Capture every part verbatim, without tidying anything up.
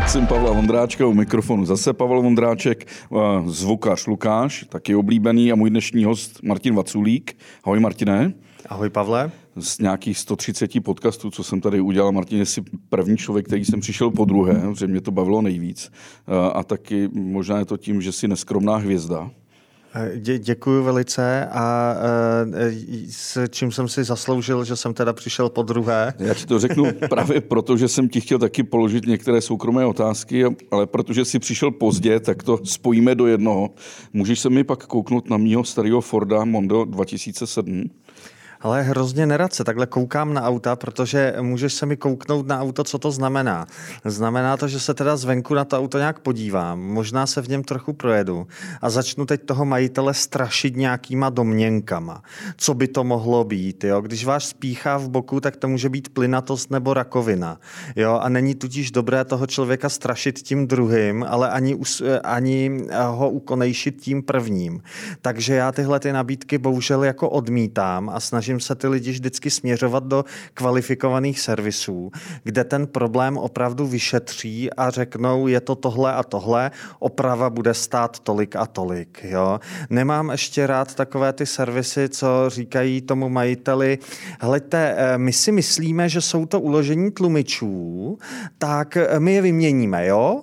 Jsem Pavla Vondráčka, u mikrofonu zase Pavel Vondráček, zvukař Lukáš, taky oblíbený, a můj dnešní host Martin Vaculík. Ahoj Martine. Ahoj Pavle. Z nějakých sto třicet podcastů, co jsem tady udělal, Martin, jsi první člověk, který jsem přišel po druhé, že mě to bavilo nejvíc. A taky možná je to tím, že jsi neskromná hvězda. Dě, děkuju velice a e, s čím jsem si zasloužil, že jsem teda přišel po druhé. Já ti to řeknu právě proto, že jsem ti chtěl taky položit některé soukromé otázky, ale protože jsi přišel pozdě, tak to spojíme do jednoho. Můžeš se mi pak kouknout na mýho starého Forda Mondeo dva tisíce sedm? Ale hrozně nerad se takhle koukám na auta, protože můžeš se mi kouknout na auto, co to znamená. Znamená to, že se teda zvenku na to auto nějak podívám, možná se v něm trochu projedu a začnu teď toho majitele strašit nějakýma domněnkama. Co by to mohlo být, jo? Když váš spíchá v boku, tak to může být plynatost nebo rakovina. Jo? A není tudíž dobré toho člověka strašit tím druhým, ale ani, ani ho ukonejšit tím prvním. Takže já tyhle ty nabídky bohužel jako odmítám a snažím se ty lidi vždycky směřovat do kvalifikovaných servisů, kde ten problém opravdu vyšetří a řeknou, je to tohle a tohle, oprava bude stát tolik a tolik. Jo? Nemám ještě rád takové ty servisy, co říkají tomu majiteli, hleďte, my si myslíme, že jsou to uložení tlumičů, tak my je vyměníme, jo?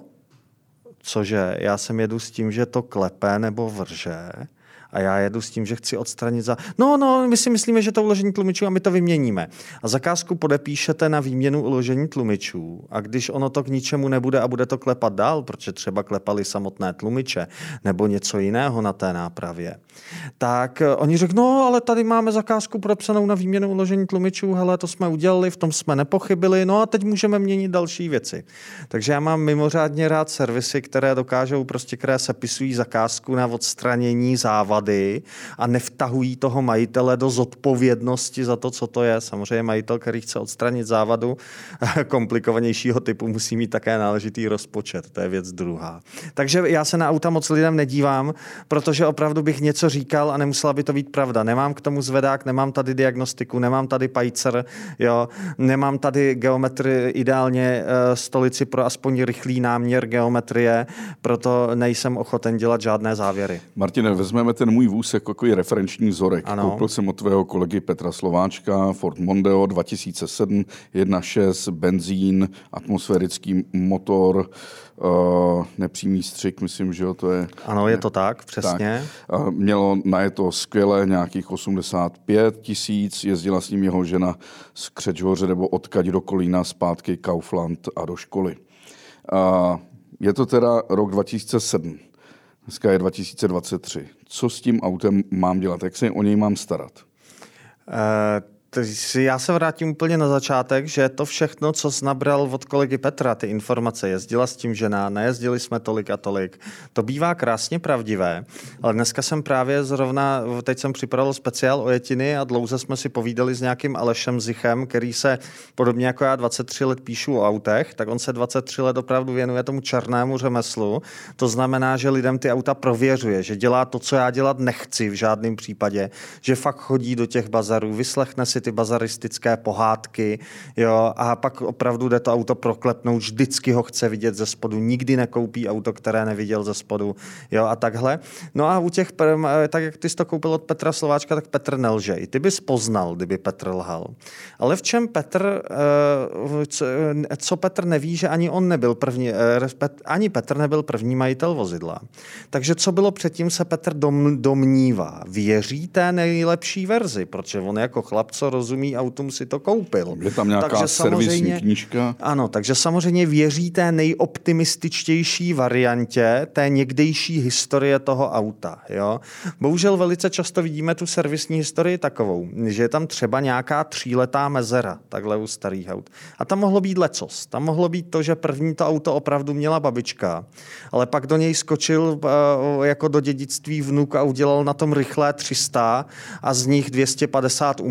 Cože, já sem jedu s tím, že to klepe nebo vrže. A já jedu s tím, že chci odstranit za... No, no, my si myslíme, že to uložení tlumičů a my to vyměníme. A zakázku podepíšete na výměnu uložení tlumičů. A když ono to k ničemu nebude a bude to klepat dál, protože třeba klepali samotné tlumiče nebo něco jiného na té nápravě, tak oni řeknou, no, ale tady máme zakázku podepsanou na výměnu uložení tlumičů, hele, to jsme udělali, v tom jsme nepochybili, no a teď můžeme měnit další věci. Takže já mám mimořádně rád servisy, které dokážou prostě, které sepisují zakázku na odstranění závady a nevtahují toho majitele do zodpovědnosti za to, co to je. Samozřejmě majitel, který chce odstranit závadu komplikovanějšího typu, musí mít také náležitý rozpočet. To je věc druhá. Takže já se na auta moc lidem nedívám, protože opravdu bych něco říkal a nemusela by to být pravda. Nemám k tomu zvedák, nemám tady diagnostiku, nemám tady pajcer, jo, nemám tady geometrii, ideálně stolici pro aspoň rychlý náměr geometrie, proto nejsem ochoten dělat žádné závěry. Martine, vezmeme ten můj vůz jako takový referenční vzorek. Ano. Koupil jsem od tvého kolegy Petra Slováčka Ford Mondeo dva tisíce sedm, jedna šest, benzín, atmosférický motor, uh, nepřímý střik, myslím, že jo, to je... Ano, je to tak, přesně. Tak. Uh, mělo na je to skvěle nějakých osmdesát pět tisíc, jezdila s ním jeho žena z Křečhoře nebo odkaď do Kolína, zpátky Kaufland a do školy. Uh, je to teda rok dva tisíce sedm. Dneska je dva tisíce dvacet tři. Co s tím autem mám dělat? Jak se o něj mám starat? Uh... Já se vrátím úplně na začátek, že to všechno, co jsi nabral od kolegy Petra, ty informace, jezdila s tím žena, nejezdili jsme tolik a tolik, to bývá krásně pravdivé, ale dneska jsem právě zrovna, teď jsem připravil speciál o jetiny a dlouze jsme si povídali s nějakým Alešem Zichem, který se podobně jako já dvacet tři let píšu o autech, tak on se dvacet tři let opravdu věnuje tomu černému řemeslu. To znamená, že lidem ty auta prověřuje, že dělá to, co já dělat nechci v žádném případě, že fakt chodí do těch bazarů, vyslechne si ty bazaristické pohádky, jo, a pak opravdu jde to auto proklepnout, vždycky ho chce vidět ze spodu, nikdy nekoupí auto, které neviděl ze spodu, jo, a takhle. No a u těch, tak jak ty jsi to koupil od Petra Slováčka, tak Petr nelže. I ty bys poznal, kdyby Petr lhal. Ale v čem Petr, co Petr neví, že ani on nebyl první, ani Petr nebyl první majitel vozidla. Takže co bylo předtím, se Petr domnívá. Věří té nejlepší verzi, protože on jako chlap, co rozumí autům, si to koupil. Je tam nějaká servisní knížka? Ano, takže samozřejmě věří té nejoptimističtější variantě té někdejší historie toho auta. Jo? Bohužel velice často vidíme tu servisní historii takovou, že je tam třeba nějaká tříletá mezera, takhle u starých aut. A tam mohlo být lecos. Tam mohlo být to, že první to auto opravdu měla babička, ale pak do něj skočil uh, jako do dědictví vnuk a udělal na tom rychlé tři sta a z nich dvě stě padesát umotal.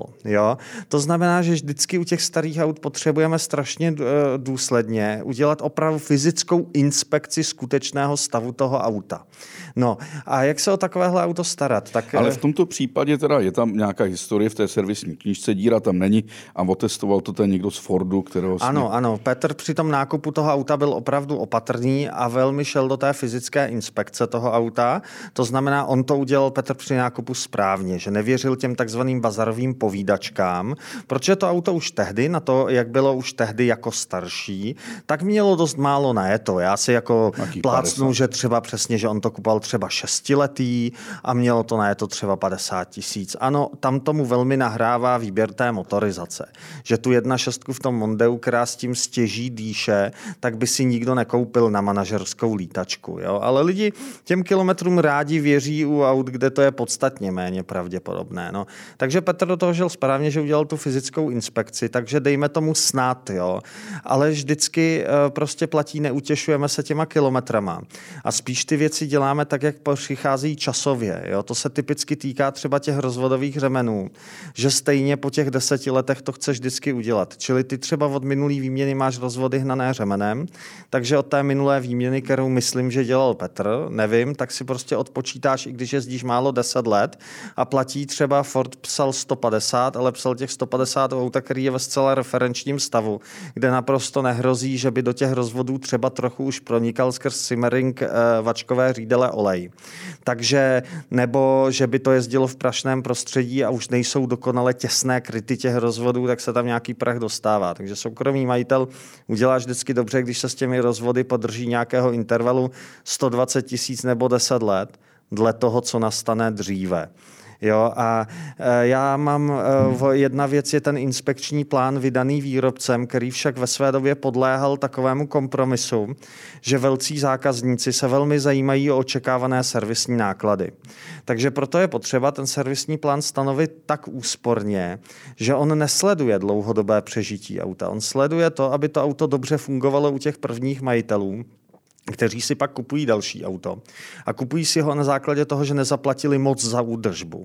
udělal. Jo? To znamená, že vždycky u těch starých aut potřebujeme strašně důsledně udělat opravdu fyzickou inspekci skutečného stavu toho auta. No a jak se o takovéhle auto starat? Tak... Ale v tomto případě teda je tam nějaká historie v té servisní knížce, díra tam není a otestoval to ten někdo z Fordu, kterého... Ano, jsme... ano. Petr při tom nákupu toho auta byl opravdu opatrný a velmi šel do té fyzické inspekce toho auta. To znamená, on to udělal Petr při nákupu správně, že nevěřil těm takzvaným bazarovým povídačkám, protože to auto už tehdy, na to, jak bylo už tehdy jako starší, tak mělo dost málo najeto. Já si jako plácnu, že třeba přesně, že on to kupoval třeba šestiletý a mělo to najeto třeba padesát tisíc. Ano, tam tomu velmi nahrává výběr té motorizace. Že tu jedna šestku v tom Mondeu, která s tím stěží dýše, tak by si nikdo nekoupil na manažerskou lítačku. Jo? Ale lidi těm kilometrům rádi věří u aut, kde to je podstatně méně pravděpodobné. No. Takže Petr do toho žil správně, že udělal tu fyzickou inspekci, takže dejme tomu snad, jo. Ale vždycky prostě platí, neutěšujeme se těma kilometrama. A spíš ty věci děláme tak, jak přichází časově. Jo. To se typicky týká třeba těch rozvodových řemenů, že stejně po těch deseti letech to chceš vždycky udělat. Čili ty třeba od minulý výměny máš rozvody hnané řemenem, takže od té minulé výměny, kterou myslím, že dělal Petr, nevím, tak si prostě odpočítáš, i když jezdíš málo deset let a platí třeba Ford psal sto padesát, ale psal těch sto padesát auta, který je ve zcela referenčním stavu, kde naprosto nehrozí, že by do těch rozvodů třeba trochu už pronikal skrz simmering eh, vačkové řídele olej. Takže, nebo že by to jezdilo v prašném prostředí a už nejsou dokonale těsné kryty těch rozvodů, tak se tam nějaký prach dostává. Takže soukromý majitel udělá vždycky dobře, když se s těmi rozvody podrží nějakého intervalu sto dvacet tisíc nebo deset let, dle toho, co nastane dříve. Jo, a já mám, jedna věc je ten inspekční plán vydaný výrobcem, který však ve své době podléhal takovému kompromisu, že velcí zákazníci se velmi zajímají o očekávané servisní náklady. Takže proto je potřeba ten servisní plán stanovit tak úsporně, že on nesleduje dlouhodobé přežití auta. On sleduje to, aby to auto dobře fungovalo u těch prvních majitelů, kteří si pak kupují další auto. A kupují si ho na základě toho, že nezaplatili moc za údržbu.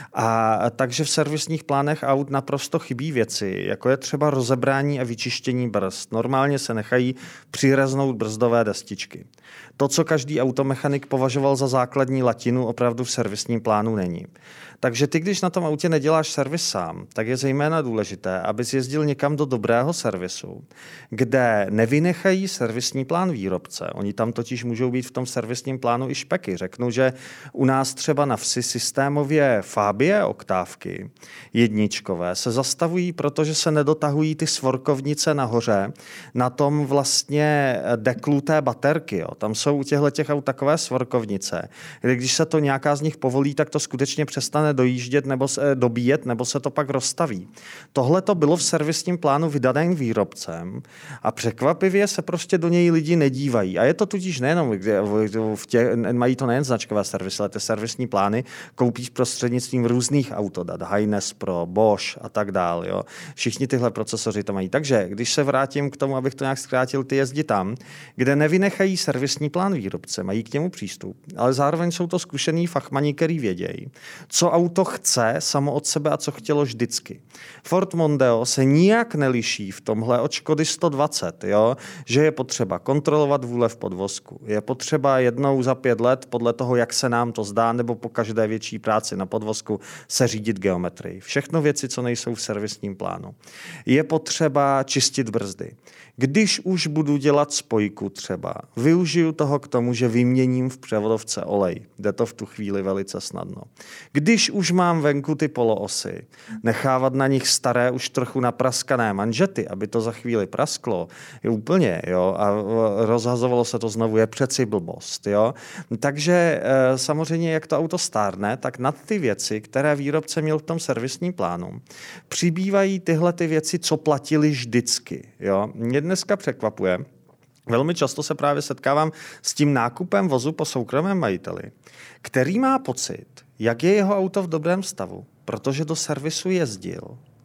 A takže v servisních plánech aut naprosto chybí věci, jako je třeba rozebrání a vyčištění brzd. Normálně se nechají přireznout brzdové destičky. To, co každý automechanik považoval za základní latinu, opravdu v servisním plánu není. Takže ty, když na tom autě neděláš servis sám, tak je zejména důležité, abys jezdil někam do dobrého servisu, kde nevynechají servisní plán výrobce. Oni tam totiž můžou být v tom servisním plánu i špeky. Řeknu, že u nás třeba na vsi systémově Fabie oktávky jedničkové se zastavují, protože se nedotahují ty svorkovnice nahoře na tom vlastně deklu té baterky. Jo. Tam jsou u těchto aut takové svorkovnice, kde když se to nějaká z nich povolí, tak to skutečně přestane dojíždět nebo se, dobíjet, nebo se to pak rozstaví. Tohle to bylo v servisním plánu vydaném výrobcem a překvapivě se prostě do něj lidi nedívají. A je to tudíž nejenom, v tě, mají to nejen značkové servisy, ale ty servisní plány koupíš prostřednictvím různých autodat, Haynes Pro, Bosch a tak dál. Jo. Všichni tyhle procesoři to mají. Takže, když se vrátím k tomu, abych to nějak zkrátil, ty jezdí tam, kde nevynechají servisní plán výrobce, mají k němu přístup, ale zároveň jsou to zkušený fachmani, který vědějí, co auto chce samo od sebe a co chtělo vždycky. Ford Mondeo se nijak neliší v tomhle od Škody sto dvacet, jo? Že je potřeba kontrolovat vůle v podvozku. Je potřeba jednou za pět let, podle toho, jak se nám to zdá, nebo po každé větší práci na podvozku se řídit geometrii. Všechno věci, co nejsou v servisním plánu. Je potřeba čistit brzdy. Když už budu dělat spojku třeba, využiju toho k tomu, že vyměním v převodovce olej. Jde to v tu chvíli velice snadno. Když už mám venku ty poloosy, nechávat na nich staré, už trochu napraskané manžety, aby to za chvíli prasklo, je úplně, jo, a rozhazovalo se to znovu, je přeci blbost, jo. Takže samozřejmě, jak to auto stárne, tak nad ty věci, které výrobce měl v tom servisním plánu, přibývají tyhle ty věci, co platili vždycky, jo. Mě dneska překvapuje, velmi často se právě setkávám s tím nákupem vozu po soukromém majiteli, který má pocit, jak je jeho auto v dobrém stavu, protože do servisu jezdil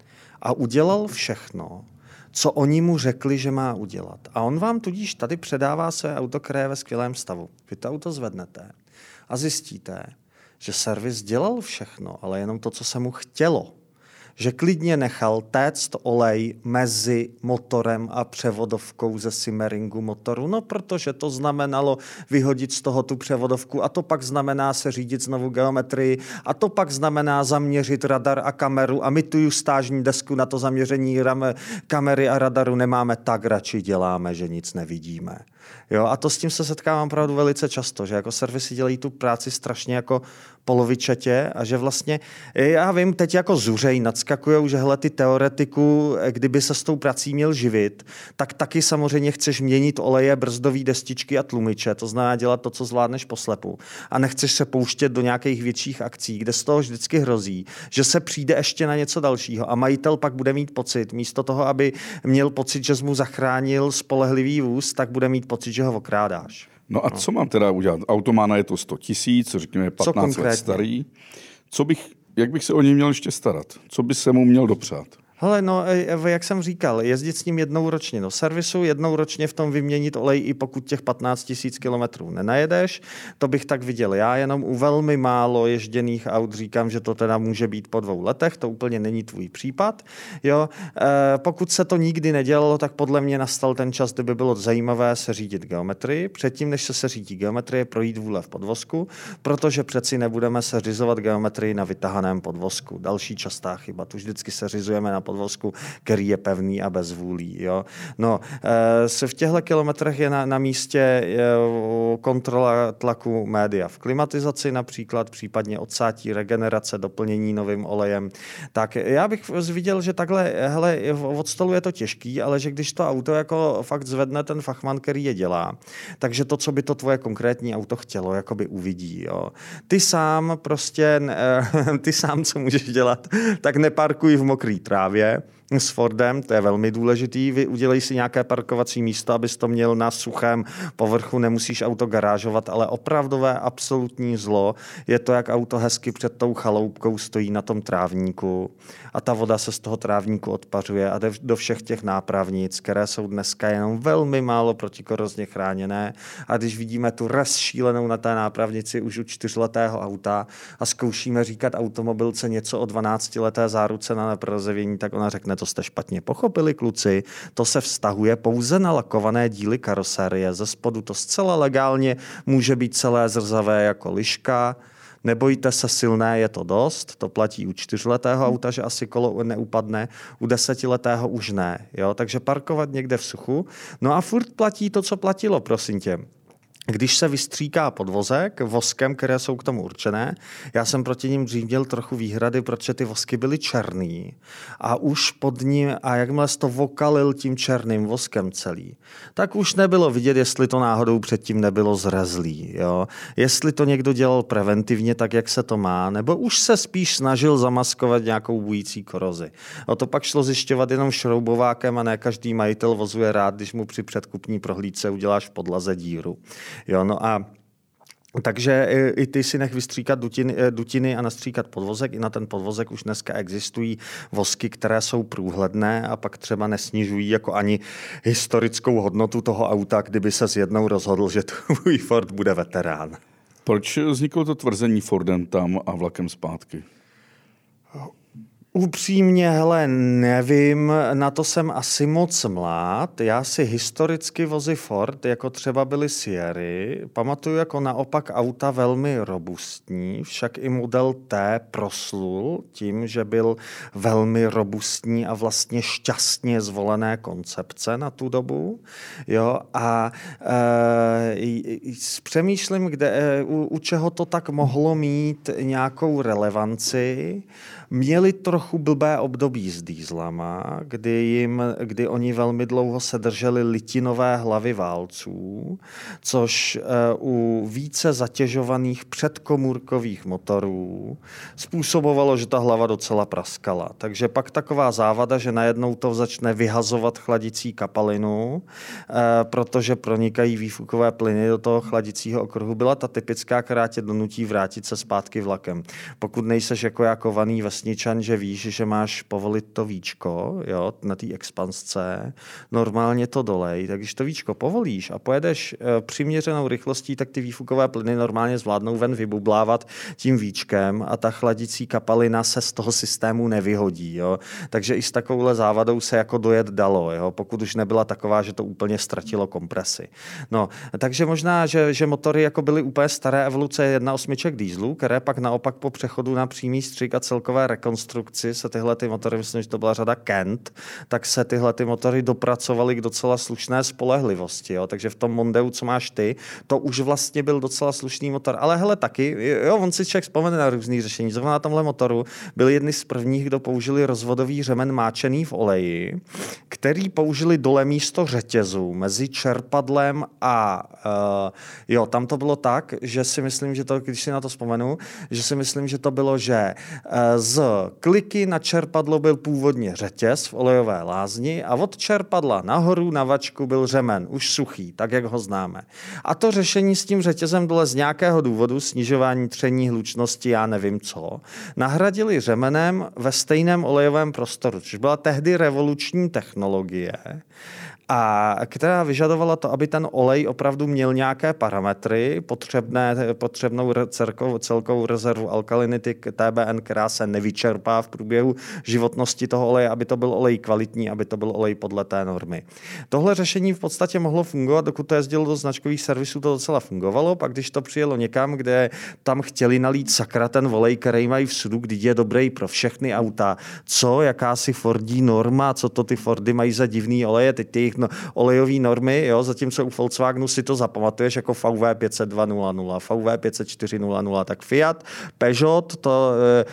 a udělal všechno, co oni mu řekli, že má udělat. A on vám tudíž tady předává své auto, které je ve skvělém stavu. Vy to auto zvednete a zjistíte, že servis dělal všechno, ale jenom to, co se mu chtělo. že klidně nechal téct olej mezi motorem a převodovkou ze simmeringu motoru, no protože to znamenalo vyhodit z toho tu převodovku a to pak znamená se řídit znovu geometrii a to pak znamená zaměřit radar a kameru a my tu justážní desku na to zaměření kamery a radaru nemáme, tak radši děláme, že nic nevidíme. Jo, a to s tím se setkávám opravdu velice často, že jako servisy dělají tu práci strašně jako polovičatě a že vlastně, já vím, teď jako zuřej nadskakujou, že hele, ty teoretiku, kdyby se s tou prací měl živit, tak taky samozřejmě chceš měnit oleje, brzdové destičky a tlumiče, to znamená dělat to, co zvládneš poslepu. A nechceš se pouštět do nějakých větších akcí, kde z toho vždycky hrozí, že se přijde ještě na něco dalšího a majitel pak bude mít pocit, místo toho, aby měl pocit, že jsi mu zachránil spolehlivý vůz, tak bude mít pocit, že ho okrádáš. No a co mám teda udělat? Auto má na je to sto tisíc, řekněme patnáct let starý. Co bych, jak bych se o něj měl ještě starat? Co by se mu měl dopřát? Hele, no, jak jsem říkal, jezdit s ním jednou ročně do servisu, jednou ročně v tom vyměnit olej, i pokud těch patnáct tisíc kilometrů nenajedeš, to bych tak viděl. Já jenom u velmi málo ježděných aut říkám, že to teda může být po dvou letech, to úplně není tvůj případ. Jo? E, pokud se to nikdy nedělalo, tak podle mě nastal ten čas, kdyby bylo zajímavé se řídit geometrii. Předtím, než se se řídí geometrie, projít vůle v podvozku, protože přeci nebudeme seřizovat geometrii na vytahaném podvozku. Další častá chyba, tu vždycky seřizujeme na podvozku, který je pevný a bezvůlí. Jo? No, e, v těchto kilometrech je na, na místě je, kontrola tlaku média v klimatizaci například, případně odsátí, regenerace, doplnění novým olejem. Tak já bych viděl, že takhle, hele, od stolu je to těžký, ale že když to auto jako fakt zvedne ten fachman, který je dělá, takže to, co by to tvoje konkrétní auto chtělo, jakoby uvidí. Jo? Ty sám prostě, ty sám, co můžeš dělat, tak neparkuj v mokrý trávě s Fordem, to je velmi důležitý. Vy udělej si nějaké parkovací místo, abys to měl na suchém povrchu, nemusíš auto garážovat, ale opravdové absolutní zlo je to, jak auto hezky před tou chaloupkou stojí na tom trávníku a ta voda se z toho trávníku odpařuje a jde do všech těch nápravnic, které jsou dneska jenom velmi málo protikorozně chráněné. A když vidíme tu res šílenou na té nápravnici už u čtyřletého auta a zkoušíme říkat automobilce něco o dvanáctileté záruce na neprozevění, tak ona řekne, to jste špatně pochopili, kluci, to se vztahuje pouze na lakované díly karosérie. Ze spodu to zcela legálně může být celé zrzavé jako liška. Nebojte se, silné je to dost, to platí u čtyřletého auta, že asi kolo neupadne, u desetiletého už ne. Jo? Takže parkovat někde v suchu. No a furt platí to, co platilo, prosím tě. Když se vystříká podvozek voskem, které jsou k tomu určené, já jsem proti ním dřív měl trochu výhrady, protože ty vosky byly černý a už pod ním, a jakmile jsi to vokalil tím černým voskem celý, tak už nebylo vidět, jestli to náhodou předtím nebylo zrezlý. Jo? Jestli to někdo dělal preventivně tak, jak se to má, nebo už se spíš snažil zamaskovat nějakou bující korozi. O to pak šlo zjišťovat jenom šroubovákem a ne každý majitel vozu je rád, když mu při předkupní prohlídce uděláš v podlaze díru. Jo, no a takže i ty si nech vystříkat dutiny, dutiny a nastříkat podvozek. I na ten podvozek už dneska existují vosky, které jsou průhledné a pak třeba nesnižují jako ani historickou hodnotu toho auta, kdyby se jednou rozhodl, že tvůj Ford bude veterán. Proč vzniklo to tvrzení Fordem tam a vlakem zpátky? Upřímně, hele, nevím, na to jsem asi moc mlád. Já si historicky vozy Ford, jako třeba byly Sierry, pamatuju jako naopak auta velmi robustní, však i model T proslul tím, že byl velmi robustní a vlastně šťastně zvolené koncepce na tu dobu. Jo, a e, přemýšlím, kde, e, u, u čeho to tak mohlo mít nějakou relevanci. Měli trochu blbé období s dýzlama, kdy, jim, kdy oni velmi dlouho se drželi litinové hlavy válců, což u více zatěžovaných předkomůrkových motorů způsobovalo, že ta hlava docela praskala. Takže pak taková závada, že najednou to začne vyhazovat chladicí kapalinu, protože pronikají výfukové plyny do toho chladicího okruhu, byla ta typická, která tě donutí vrátit se zpátky vlakem. Pokud nejseš jako já kovaný ve vesničan, že víš, že máš povolit to víčko, jo, na té expansce, normálně to dolej, tak když to víčko povolíš a pojedeš e, přiměřenou rychlostí, tak ty výfukové plyny normálně zvládnou ven vybublávat tím víčkem a ta chladicí kapalina se z toho systému nevyhodí. Jo. Takže i s takovouhle závadou se jako dojet dalo, jo, pokud už nebyla taková, že to úplně ztratilo kompresi. No, takže možná, že, že motory jako byly úplně staré evoluce jedna osmiček dieselů, které pak naopak po přechodu na přímý střik a celkové rekonstrukci se tyhle ty motory, myslím, že to byla řada Kent, tak se tyhle ty motory dopracovaly k docela slušné spolehlivosti. Jo. Takže v tom Mondeu, co máš ty, to už vlastně byl docela slušný motor. Ale hele, taky, jo, on si člověk vzpomene na různý řešení. Zrovna na tomhle motoru byli jedni z prvních, kdo použili rozvodový řemen máčený v oleji, který použili dole místo řetězu mezi čerpadlem a uh, jo, tam to bylo tak, že si myslím, že to, když si na to vzpomenu, že si myslím, že to bylo, že uh, z kliky na čerpadlo byl původně řetěz v olejové lázni a od čerpadla nahoru na vačku byl řemen, už suchý, tak jak ho známe. A to řešení s tím řetězem dole z nějakého důvodu, snižování tření, hlučnosti, já nevím co, nahradili řemenem ve stejném olejovém prostoru, což byla tehdy revoluční technologie, a která vyžadovala to, aby ten olej opravdu měl nějaké parametry, potřebné, potřebnou celkovou rezervu alkalinity T B N, která se nevyčerpá v průběhu životnosti toho oleje, aby to byl olej kvalitní, aby to byl olej podle té normy. Tohle řešení v podstatě mohlo fungovat, dokud to jezdilo do značkových servisů, to docela fungovalo, pak když to přijelo někam, kde tam chtěli nalít sakra ten olej, který mají všudu, když je dobrý pro všechny auta. Co, jakási Fordí norma, co to ty Fordy mají za divný oleje, teď ty no, olejové normy, jo, zatímco u Volkswagenu si to zapamatuješ jako V W pět set dva nula nula, V W pět set čtyři nula nula, tak Fiat, Peugeot, to...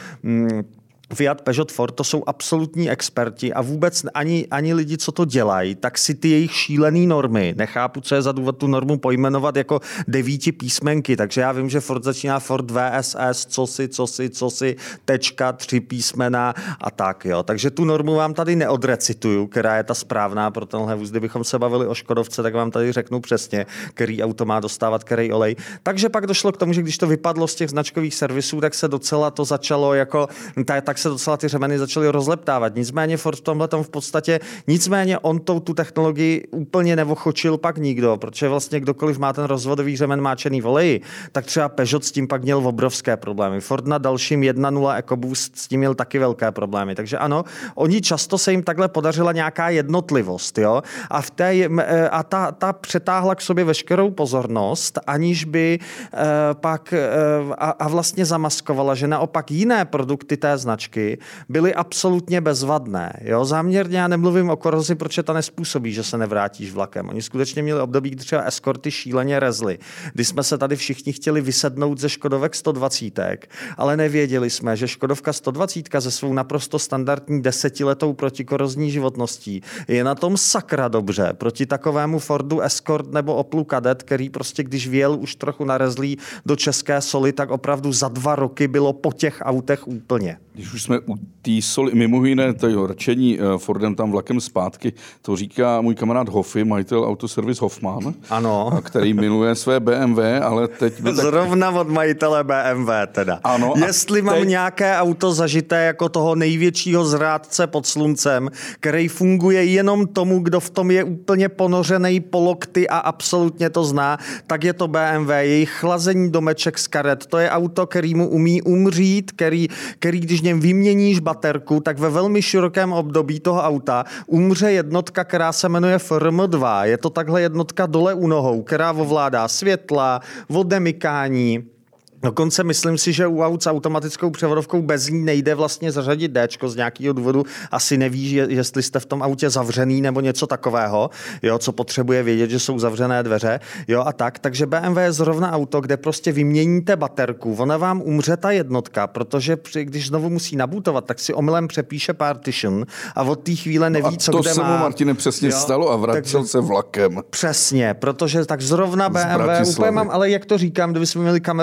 Mm, Fiat, Peugeot, Ford, to jsou absolutní experti a vůbec ani, ani lidi, co to dělají, tak si ty jejich šílený normy, nechápu, co je za důvod tu normu pojmenovat jako devíti písmenky, takže já vím, že Ford začíná Ford V S S, co si, co si, co si, tečka, tři písmena a tak, jo. Takže tu normu vám tady neodrecituju, která je ta správná pro tenhle vůz. Kdybychom se bavili o Škodovce, tak vám tady řeknu přesně, který auto má dostávat který olej. Takže pak došlo k tomu, že když to vypadlo z těch značkových servisů, tak se docela to začalo jako, tak se docela ty řemeny začaly rozleptávat. Nicméně Ford v tomhletom v podstatě, nicméně on tou tu technologii úplně nevochočil pak nikdo, protože vlastně kdokoliv má ten rozvodový řemen máčený v oleji, tak třeba Peugeot s tím pak měl obrovské problémy. Ford na dalším jedna nula EcoBoost s tím měl taky velké problémy. Takže ano, oni často se jim takhle podařila nějaká jednotlivost, jo? A v té a ta, ta přetáhla k sobě veškerou pozornost, aniž by eh, pak eh, a, a vlastně zamaskovala, že naopak jiné produkty té značky byly absolutně bezvadné. Jo? Záměrně já nemluvím o korozi, protože ta nespůsobí, že se nevrátíš vlakem. Oni skutečně měli období, kdy třeba eskorty šíleně rezly. Kdy jsme se tady všichni chtěli vysednout ze Škodovek sto dvacet, ale nevěděli jsme, že Škodovka sto dvacet se svou naprosto standardní desetiletou protikorozní životností je na tom sakra dobře proti takovému Fordu Escort nebo Oplu Kadett, který prostě když vjel už trochu narezlý do české soli, tak opravdu za dva roky bylo po těch autech úplně. Když už jsme u té soli, mimo jiné, toho rčení Fordem tam vlakem zpátky, to říká můj kamarád Hoffy, majitel autoservis Hoffman, ano. který miluje své B M W, ale teď... By tak... Zrovna od majitele B M W teda. Ano, Jestli mám teď... nějaké auto zažité jako toho největšího zrádce pod sluncem, který funguje jenom tomu, kdo v tom je úplně ponořený po lokty a absolutně to zná, tak je to B M W. Jejich chlazení domeček z karet, to je auto, který mu umí umřít, který, který když něm vyměníš baterku, tak ve velmi širokém období toho auta umře jednotka, která se jmenuje F R M dva. Je to takhle jednotka dole u nohou, která ovládá světla, odemykání. Dokonce myslím si, že u aut s automatickou převodovkou bez ní nejde vlastně zařadit Dčko z nějakého důvodu. Asi nevíš, jestli jste v tom autě zavřený nebo něco takového, jo, co potřebuje vědět, že jsou zavřené dveře, jo, a tak. Takže B M W je zrovna auto, kde prostě vyměníte baterku. Ona vám umře ta jednotka, protože při, když znovu musí nabutovat, tak si omylem přepíše partition a od té chvíle neví, no co kde má. To se mu, Martine, přesně jo? stalo a vracel tak, se vlakem. Přesně, protože tak zrovna B M W úplně mám, ale jak to říkám, kdybychom měli kameru opravdu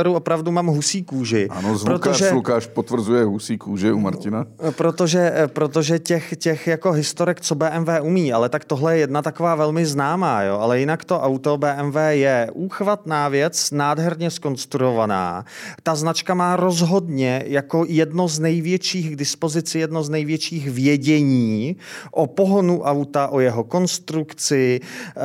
opravdu mám husí kůži. Ano, zvukař protože, Lukáš potvrzuje husí kůži u Martina. Protože, protože těch, těch jako historek, co bé em vé umí, ale tak tohle je jedna taková velmi známá, jo? Ale jinak to auto bé em vé je úchvatná věc, nádherně zkonstruovaná. Ta značka má rozhodně jako jedno z největších k dispozici, jedno z největších vědění o pohonu auta, o jeho konstrukci,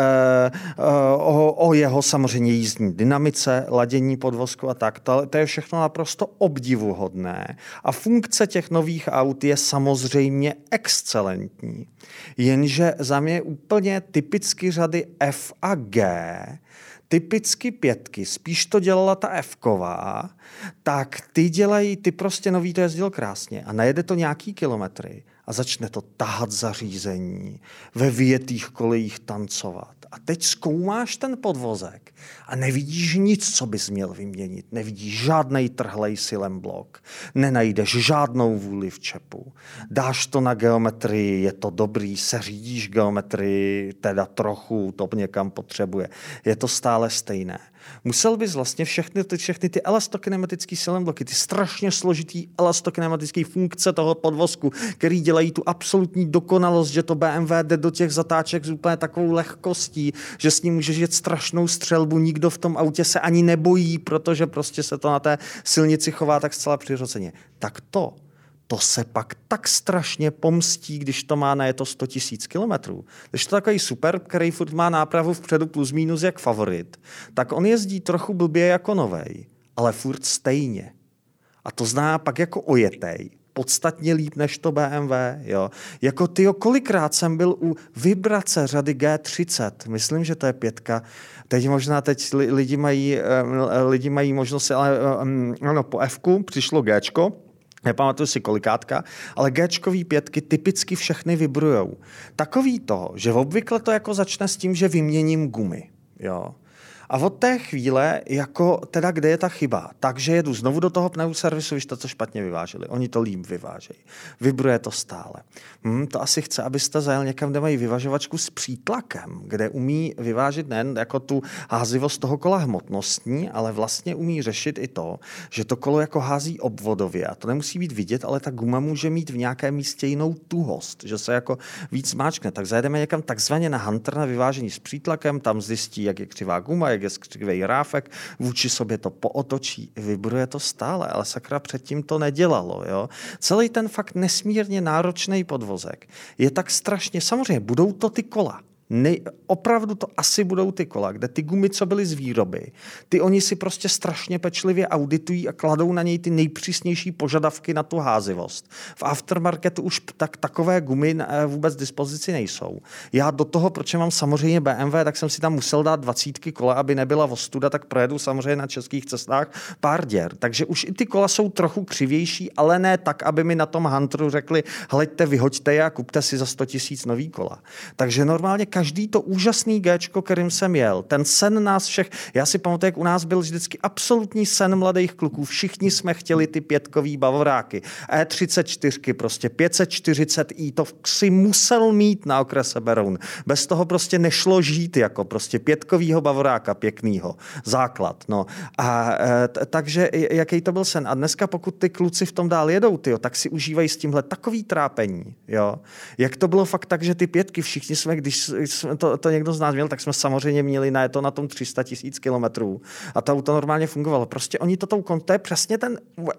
o, o jeho samozřejmě jízdní dynamice, ladění podvozku a tak. To, to je všechno naprosto obdivuhodné. A funkce těch nových aut je samozřejmě excelentní. Jenže za mě úplně typicky řady F a G, typicky pětky, spíš to dělala ta F-ková, tak ty dělají, ty prostě nový to jezdil krásně a najede to nějaký kilometry a začne to tahat zařízení, ve vyjetých kolejích tancovat. A teď zkoumáš ten podvozek a nevidíš nic, co bys měl vyměnit. Nevidíš žádnej trhlej silem blok, nenajdeš žádnou vůli v čepu. Dáš to na geometrii, je to dobrý, seřídíš geometrii, teda trochu, to někam potřebuje. Je to stále stejné. Musel bys vlastně všechny ty, všechny ty elastokinematické silem bloky, ty strašně složitý elastokinematické funkce toho podvozku, který dělají tu absolutní dokonalost, že to bé em vé jde do těch zatáček s úplně takovou lehkostí, že s ním můžeš jet strašnou střelbu, nikdo v tom autě se ani nebojí, protože prostě se to na té silnici chová tak zcela přirozeně. Tak to To se pak tak strašně pomstí, když to má na je to sto tisíc kilometrů. Když to takový super, který furt má nápravu vpředu plus minus jak favorit, tak on jezdí trochu blbě jako novej, ale furt stejně. A to zná pak jako ojetej. Podstatně líp než to bé em vé. Jo. Jako tyjo, kolikrát jsem byl u vibrace řady G třicet, myslím, že to je pětka. Teď možná teď lidi mají, lidi mají možnost, ale ano, po F-ku přišlo Gčko, nepamatuju si kolikátka, ale Gčkový pětky typicky všechny vibrujou. Takový to, že obvykle to jako začne s tím, že vyměním gumy. Jo. A od té chvíle, jako teda kde je ta chyba? Takže jedu znovu do toho pneuservisu, když to co špatně vyváželi. Oni to líp vyvážejí. Vibruje to stále. Hmm, to asi chce, abyste zajel někam, kde mají vyvažovačku s přítlakem, kde umí vyvážit nejen jako tu házivost toho kola hmotnostní, ale vlastně umí řešit i to, že to kolo jako hází obvodově. A to nemusí být vidět, ale ta guma může mít v nějakém místě jinou tuhost, že se jako víc máčkne. Tak zajedeme někam takzvaně na Hunter na vyvážení s přítlakem, tam zjistí, jak je křivá guma, jak je skřivej ráfek, vůči sobě to pootočí, vibruje to stále, ale sakra předtím to nedělalo. Jo? Celý ten fakt nesmírně náročný podvozek je tak strašně, samozřejmě budou to ty kola. Nej, opravdu to asi budou ty kola, kde ty gumy, co byly z výroby, ty oni si prostě strašně pečlivě auditují a kladou na něj ty nejpřísnější požadavky na tu házivost. V aftermarketu už tak, takové gumy vůbec dispozici nejsou. Já do toho, proč mám samozřejmě bé em vé, tak jsem si tam musel dát dvacítky kola, aby nebyla ostuda, tak projedu samozřejmě na českých cestách pár děr. Takže už i ty kola jsou trochu křivější, ale ne tak, aby mi na tom Hunteru řekli, hleďte, vyhoďte je a kupte si za sto tisíc nový kola. Takže normálně každý to úžasný Gčko, kterým jsem jel, ten sen nás všech, já si pamatuju, jak u nás byl vždycky absolutní sen mladých kluků, všichni jsme chtěli ty pětkový bavoráky, E třicet čtyři, prostě pět set čtyřicet i, to si musel mít na okrese Beroun. Bez toho prostě nešlo žít, jako prostě pětkovýho bavoráka pěknýho, základ, no. A t- takže jaký to byl sen? A dneska, pokud ty kluci v tom dál jedou, tyjo, tak si užívají s tímhle takový trápení, jo. Jak to bylo fakt tak, že ty pětky všichni jsme, když To, to někdo z nás měl, tak jsme samozřejmě měli na to na tom tři sta tisíc kilometrů. A to auto normálně fungovalo. Prostě oni to, to je přesně ten,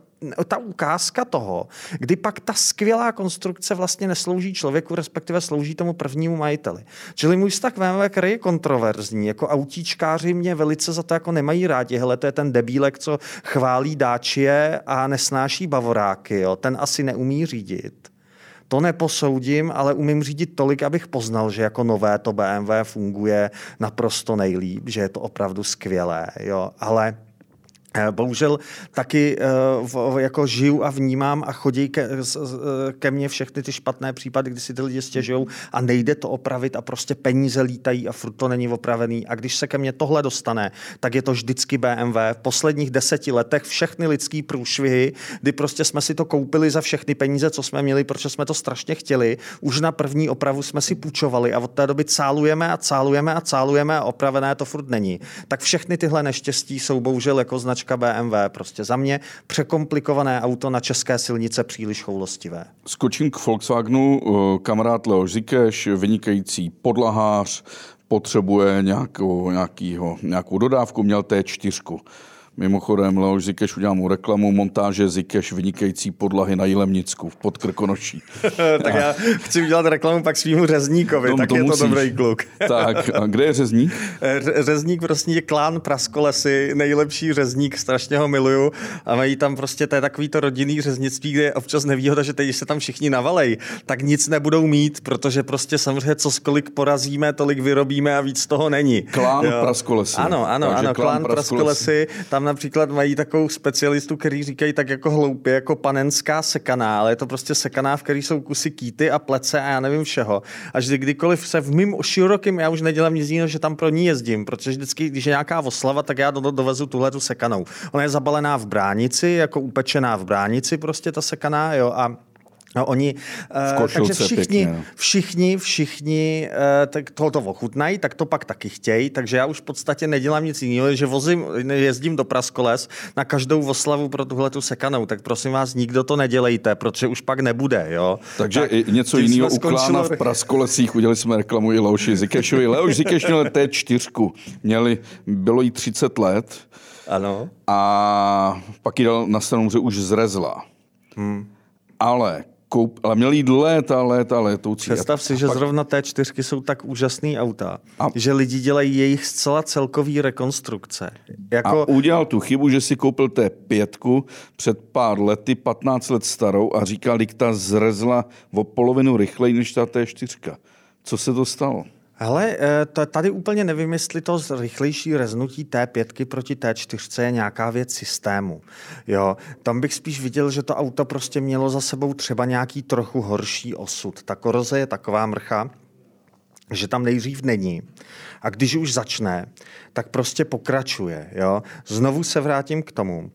ta ukázka toho, kdy pak ta skvělá konstrukce vlastně neslouží člověku, respektive slouží tomu prvnímu majiteli. Čili můj vztah bé em vé, který je kontroverzní, jako autíčkáři mě velice za to jako nemají rádi. Hele, to je ten debílek, co chválí Dacie a nesnáší bavoráky. Jo? Ten asi neumí řídit. To neposoudím, ale umím řídit tolik, abych poznal, že jako nové to bé em vé funguje naprosto nejlíp, že je to opravdu skvělé, jo, ale bohužel taky uh, jako žiju a vnímám a chodí ke, ke mně všechny ty špatné případy, kdy si ty lidi stěžují a nejde to opravit a prostě peníze lítají a furt to není opravený. A když se ke mně tohle dostane, tak je to vždycky bé em vé. V posledních deseti letech všechny lidský průšvihy, kdy prostě jsme si to koupili za všechny peníze, co jsme měli, protože jsme to strašně chtěli. Už na první opravu jsme si půjčovali a od té doby cálujeme a cálujeme a cálujeme a opravené to furt není. Tak všechny tyhle neštěstí jsou bohužel jako značky značka B M W. Prostě za mě překomplikované auto na české silnice příliš choulostivé. Skočím k Volkswagenu. Kamarád Leoš Zikeš, vynikající podlahář, potřebuje nějakou, nějakýho, nějakou dodávku, měl T čtyři. Mimochodem, Leoš Zikeš, udělám mu reklamu, montáže Zikeš, vynikající podlahy na Jilemnicku v Podkrkonoší. Tak já chci udělat reklamu pak svýmu řezníkovi, no, tak to je musíš. To dobrý kluk. Tak, a kde je řezník? Řezník prostě je klán Praskolesy, nejlepší řezník, strašně ho miluju a mají tam prostě, to je takový to rodinný řeznictví, kde je občas nevýhoda, že teď se tam všichni navalej, tak nic nebudou mít, protože prostě samozřejmě co kolik porazíme, tolik vyrobíme a víc toho není. Klán jo. Praskolesy. Ano, ano, Takže ano, klán, klán Praskolesy, tam například mají takovou specialistu, který říkají tak jako hloupě, jako panenská sekaná, ale je to prostě sekaná, v který jsou kusy kýty a plece a já nevím všeho. A že kdykoliv se v mým širokým, já už nedělám nic jiného, že tam pro ní jezdím, protože vždycky, když je nějaká oslava, tak já do, dovezu tuhletu sekanou. Ona je zabalená v bránici, jako upečená v bránici prostě ta sekaná, jo, a No, oni, uh, takže všichni, všichni, všichni uh, tak tohoto ochutnají, tak to pak taky chtějí, takže já už v podstatě nedělám nic jiného, že vozím, jezdím do Praskoles na každou oslavu pro tuhletu sekanou, tak prosím vás, nikdo to nedělejte, protože už pak nebude, jo. Takže tak, něco jiného u Klána v Praskolesích, udělali jsme reklamu i Leoši Zikešovi. Leoš Zikeš měl T čtyři, měli, bylo jí třicet let. Ano. A pak ji dal na stranu, že už zrezla. Hmm. Ale Koup, ale měl jít léta, léta, létoucí. Představ si, že pak zrovna T čtyři jsou tak úžasný auta, a že lidi dělají jejich zcela celkový rekonstrukce. Jako a udělal tu chybu, že si koupil T pět před pár lety, patnáct let starou a říkal, že ta zrezla o polovinu rychleji než ta T čtyři. Co se to stalo? Hele, tady úplně nevím, jestli to rychlejší reznutí T pět proti T čtyři je nějaká věc systému. Jo, tam bych spíš viděl, že to auto prostě mělo za sebou třeba nějaký trochu horší osud. Ta koroze je taková mrcha, že tam nejdřív není. A když už začne, tak prostě pokračuje. Jo. Znovu se vrátím k tomu,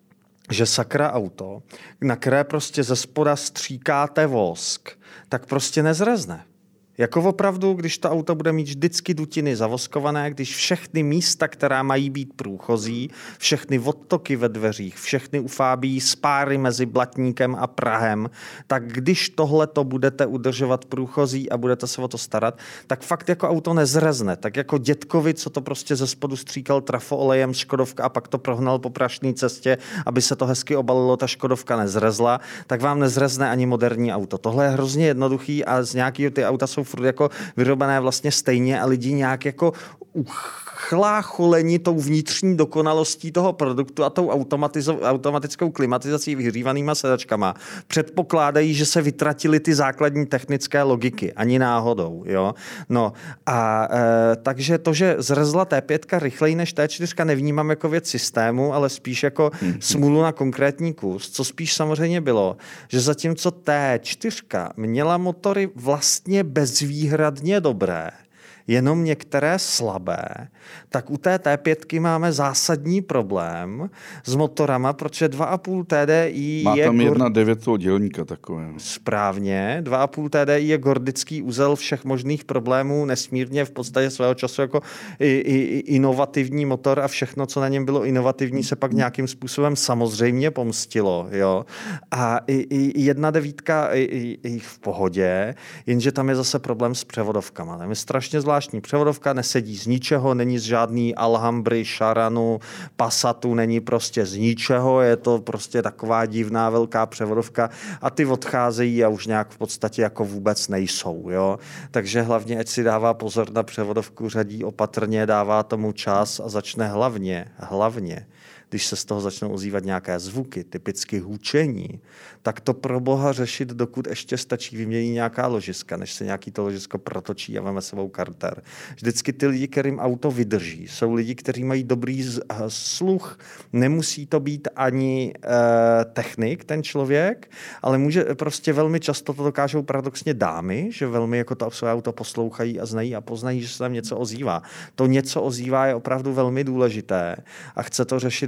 že sakra auto, na které prostě ze spoda stříkáte vosk, tak prostě nezrezne. Jako opravdu, když to auto bude mít vždycky dutiny zavoskované, když všechny místa, která mají být průchozí, všechny odtoky ve dveřích, všechny ufábí spáry mezi blatníkem a prahem, tak když tohle to budete udržovat průchozí a budete se o to starat, tak fakt jako auto nezrezne. Tak jako dětkovi, co to prostě ze spodu stříkal trafoolejem Škodovka a pak to prohnal po prašné cestě, aby se to hezky obalilo, ta Škodovka nezrezla, tak vám nezrezne ani moderní auto. Tohle je hrozně jednoduchý a z nějakého ty auta jsou furt jako vyrobené vlastně stejně a lidi nějak jako uchlácholeni tou vnitřní dokonalostí toho produktu a tou automatickou klimatizací vyhřívanýma sedačkama předpokládají, že se vytratily ty základní technické logiky. Ani náhodou. Jo? No a e, takže to, že zrezla T pět rychleji než T čtyři nevnímám jako věc systému, ale spíš jako smůlu na konkrétní kus. Co spíš samozřejmě bylo, že zatímco T čtyři měla motory vlastně bezvýhradně dobré, jenom některé slabé, tak u té T pět máme zásadní problém s motorama, protože dva a půl T D I má je... Má tam jedna devět dělníka takové. Správně. dva a půl T D I je gordický uzel všech možných problémů, nesmírně v podstatě svého času jako i, i, inovativní motor a všechno, co na něm bylo inovativní, se pak nějakým způsobem samozřejmě pomstilo. Jo? A i, i jedna devítka i, i, i v pohodě, jenže tam je zase problém s převodovkama. Tam je strašně zvláštní. Převodovka nesedí z ničeho, není z žádný Alhambry, Šaranu, Passatu, není prostě z ničeho, je to prostě taková divná velká převodovka a ty odcházejí a už nějak v podstatě jako vůbec nejsou. Jo? Takže hlavně, ať si dává pozor na převodovku, řadí opatrně, dává tomu čas a začne hlavně, hlavně, když se z toho začnou ozývat nějaké zvuky, typicky hučení, tak to pro boha řešit, dokud ještě stačí vyměnit nějaká ložiska, než se nějaký to ložisko protočí a veme sebou karter. Vždycky ty lidi, kterým auto vydrží, jsou lidi, kteří mají dobrý sluch. Nemusí to být ani e, technik, ten člověk, ale může prostě velmi často to dokážou paradoxně dámy, že velmi jako to své auto poslouchají a znají a poznají, že se tam něco ozývá. To něco ozývá je opravdu velmi důležité a chce to řešit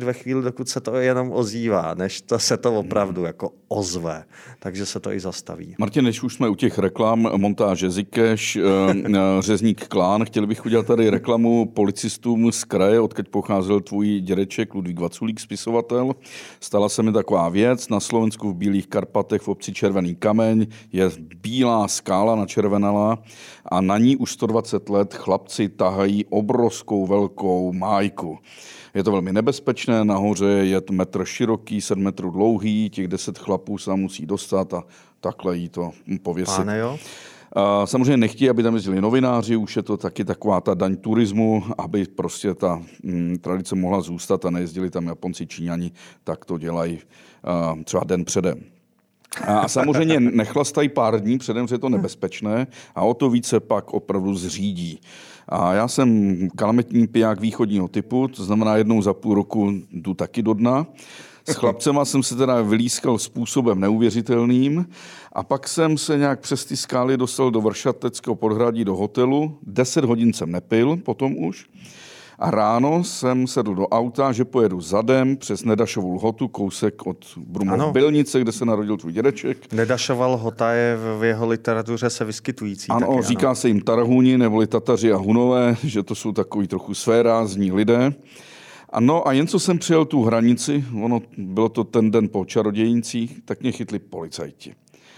ve chvíli, dokud se to jenom ozývá, než to se to opravdu jako ozve. Takže se to i zastaví. Martin, než už jsme u těch reklam, montáže Zikeš, Řezník Klán, chtěli bych udělat tady reklamu policistům z kraje, odkud pocházel tvůj dědeček Ludvík Vaculík, spisovatel. Stala se mi taková věc, na Slovensku v Bílých Karpatech v obci Červený Kameň je bílá skála načervenalá a na ní už sto dvacet let chlapci tahají obrovskou velkou májku. Je to velmi nebezpečné, nahoře je metr široký, sedm metrů dlouhý, těch deset chlapů se musí dostat a takhle jí to pověsit. Páne, jo? A samozřejmě nechtějí, aby tam jezdili novináři, už je to taky taková ta daň turismu, aby prostě ta mm, tradice mohla zůstat a nejezdili tam Japonci, Číňani, tak to dělají uh, třeba den předem. A samozřejmě nechlastají pár dní předem, že je to nebezpečné a o to více pak opravdu zřídí. A já jsem kalamitní piják východního typu, to znamená jednou za půl roku jdu taky do dna. S chlapcema jsem se teda vylískal způsobem neuvěřitelným a pak jsem se nějak přes ty skály dostal do Vršateckého podhradí do hotelu. Deset hodin jsem nepil potom už. A ráno jsem sedl do auta, že pojedu zadem přes Nedašovu lhotu, kousek od Brumov Bylnice, kde se narodil tvůj dědeček. Nedašova lhota je v jeho literatuře se vyskytující. Ano, taky, říká ano. se jim Tarahuni, neboli Tataři a Hunové, že to jsou takový trochu svérázní lidé. A no a jen co jsem přijel tu hranici, ono bylo to ten den po čarodějnicích, tak mě chytli policajti.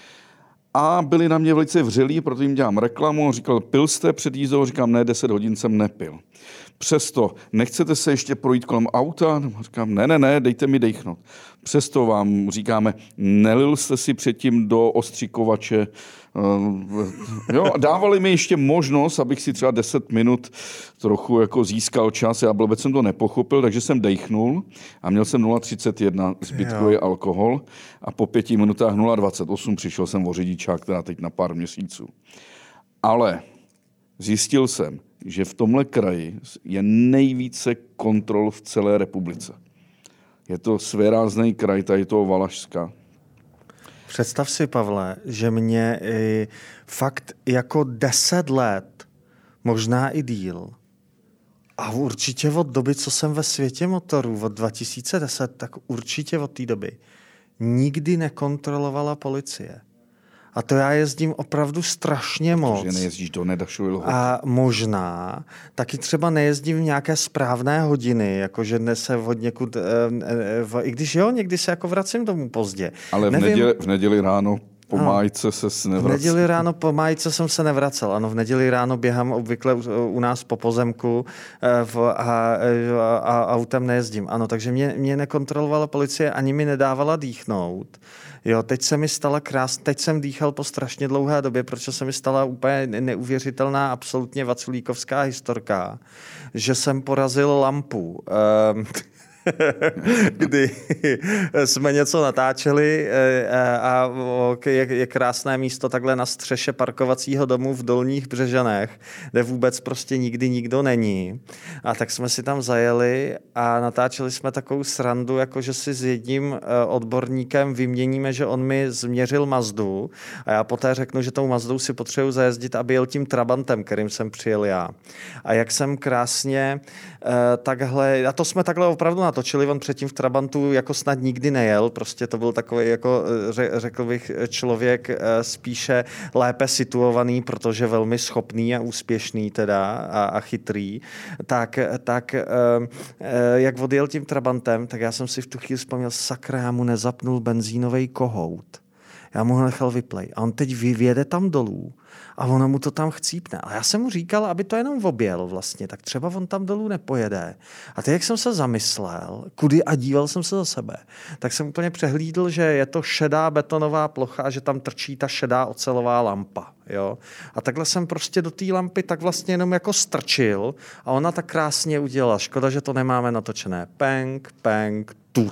A byli na mě velice vřelí, protože jim dělám reklamu. Říkal, pil jste před jízdou? Říkám, ne, deset hodin jsem nepil. Přesto, nechcete se ještě projít kolem auta? Říkám, ne, ne, ne, dejte mi dejchnout. Přesto vám říkáme, nelil jste si předtím do ostřikovače. Jo, dávali mi ještě možnost, abych si třeba deset minut trochu jako získal čas. Já blbec jsem to nepochopil, takže jsem dejchnul a měl jsem nula třicet jedna zbytkový alkohol a po pěti minutách nula dvacet osm přišel jsem o řidičák, teda teď na pár měsíců. Ale zjistil jsem, že v tomhle kraji je nejvíce kontrol v celé republice. Je to svérázný kraj, tady toho Valašska. Představ si, Pavle, že mě i fakt jako deset let, možná i díl, a určitě od doby, co jsem ve světě motorů, od dva tisíce deset, tak určitě od té doby, nikdy nekontrolovala policie. A to já jezdím opravdu strašně moc. Protože nejezdíš do Nedašovy lhoty. A možná taky třeba nejezdím v nějaké správné hodiny, jakože dnes se od někud, eh, eh, i když jo, někdy se jako vracím domů pozdě. Ale v, Nevím, neděli, v neděli ráno po no, májce se nevracel. V neděli ráno po májce jsem se nevracel. Ano, v neděli ráno běhám obvykle u, u nás po pozemku eh, v, a, a, a autem nejezdím. Ano, takže mě, mě nekontrolovala policie, ani mi nedávala dýchnout. Jo, teď se mi stala krásná, teď jsem dýchal po strašně dlouhé době, protože se mi stala úplně neuvěřitelná, absolutně vaculíkovská historka, že jsem porazil lampu. Um, kdy jsme něco natáčeli a je krásné místo takhle na střeše parkovacího domu v Dolních Břežanech, kde vůbec prostě nikdy nikdo není. A tak jsme si tam zajeli a natáčeli jsme takovou srandu, jako že si s jedním odborníkem vyměníme, že on mi změřil Mazdu a já poté řeknu, že tou Mazdou si potřebuji zajezdit, aby jel tím Trabantem, kterým jsem přijel já. A jak jsem krásně takhle, a to jsme takhle opravdu natočili, on předtím v Trabantu jako snad nikdy nejel, prostě to byl takový, jako řekl bych, člověk spíše lépe situovaný, protože velmi schopný a úspěšný teda a, a chytrý, tak, tak jak odjel tím Trabantem, tak já jsem si v tu chvíli vzpomněl, sakra, já mu nezapnul benzínový kohout. Já mu ho nechal vyplej. A on teď vyjede tam dolů a ono mu to tam chcípne. A já jsem mu říkal, aby to jenom objel vlastně, tak třeba on tam dolů nepojede. A teď, jak jsem se zamyslel, kudy a díval jsem se za sebe, tak jsem úplně přehlídl, že je to šedá betonová plocha a že tam trčí ta šedá ocelová lampa. Jo? A takhle jsem prostě do té lampy tak vlastně jenom jako strčil a ona tak krásně udělala. Škoda, že to nemáme natočené. Penk, penk, tuc.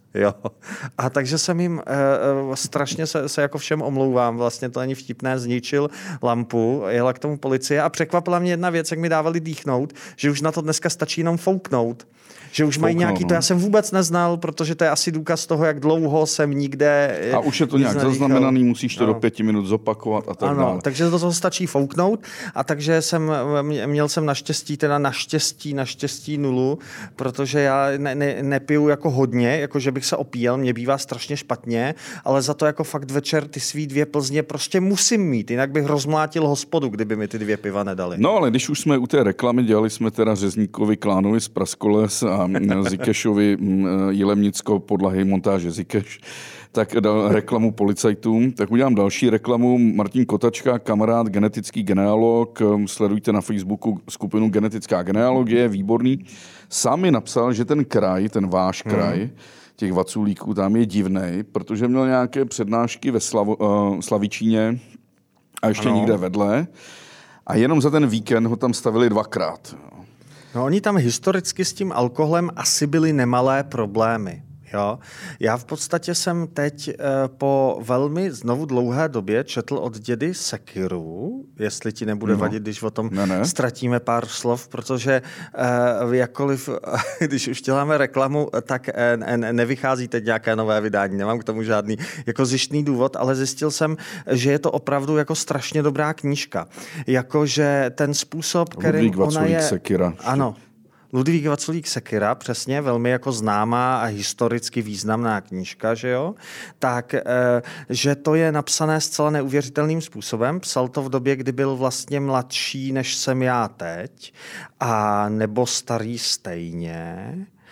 Jo. A takže jsem jim uh, strašně se, se jako všem omlouvám, vlastně to ani vtipné, zničil lampu, jela k tomu policie a překvapila mě jedna věc, jak mi dávali dýchnout, že už na to dneska stačí jenom fouknout. Že už mají nějaký, to já jsem vůbec neznal, protože to je asi důkaz toho, jak dlouho jsem nikde. A už je to nějak zaznamenaný, musíš to no. do pěti minut zopakovat a tak ano, dále. Takže do toho stačí fouknout a takže jsem, měl jsem naštěstí, teda naštěstí, naštěstí nulu, protože já ne, ne, nepiju jako hodně, jako že bych se opíjel, mě bývá strašně špatně, ale za to jako fakt večer ty svý dvě Plzně prostě musím mít, jinak bych rozmlátil hospodu, kdyby mi ty dvě piva nedali. No ale když už jsme u té reklamy, dělali jsme teda Řezníkovi, Klánovi z Praskoles a Zikešovi Jilemnicko podlahy montáže Zikeš, tak dal reklamu policajtům. Tak udělám další reklamu. Martin Kotačka, kamarád, genetický genealog. Sledujte na Facebooku skupinu Genetická genealogie, výborný. Sám mi napsal, že ten kraj, ten váš kraj, hmm. těch Vaculíků tam je divnej, protože měl nějaké přednášky ve Slavo, uh, Slavičíně a ještě ano. někde vedle. A jenom za ten víkend ho tam stavili dvakrát. No, oni tam historicky s tím alkoholem asi byly nemalé problémy. Jo? Já v podstatě jsem teď e, po velmi znovu dlouhé době četl od dědy Sekiru, jestli ti nebude no. vadit, když o tom ne, ne. ztratíme pár slov, protože e, jakkoliv, když už děláme reklamu, tak e, ne, nevychází teď nějaké nové vydání, nemám k tomu žádný jako zištný důvod, ale zjistil jsem, že je to opravdu jako strašně dobrá knížka. Jakože ten způsob, kterým ona je... Sekira. Ano. Ludvík Vaculík Sekira, přesně, velmi jako známá a historicky významná knížka, že jo? Tak, e, že to je napsané zcela neuvěřitelným způsobem. Psal to v době, kdy byl vlastně mladší, než jsem já teď, a nebo starý stejně.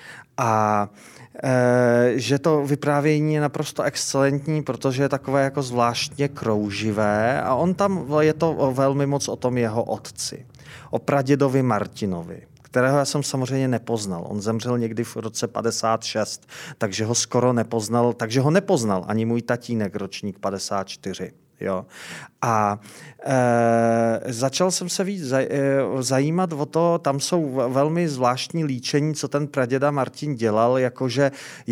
A e, že to vyprávění je naprosto excelentní, protože je takové jako zvláštně krouživé a on tam, je to velmi moc o tom jeho otci, o pradědovi Martinovi, kterého já jsem samozřejmě nepoznal. On zemřel někdy v roce padesát šest, takže ho skoro nepoznal, takže ho nepoznal ani můj tatínek, ročník padesát čtyři. Jo. A e, začal jsem se víc zaj, e, zajímat o to, tam jsou velmi zvláštní líčení, co ten praděda Martin dělal, jakože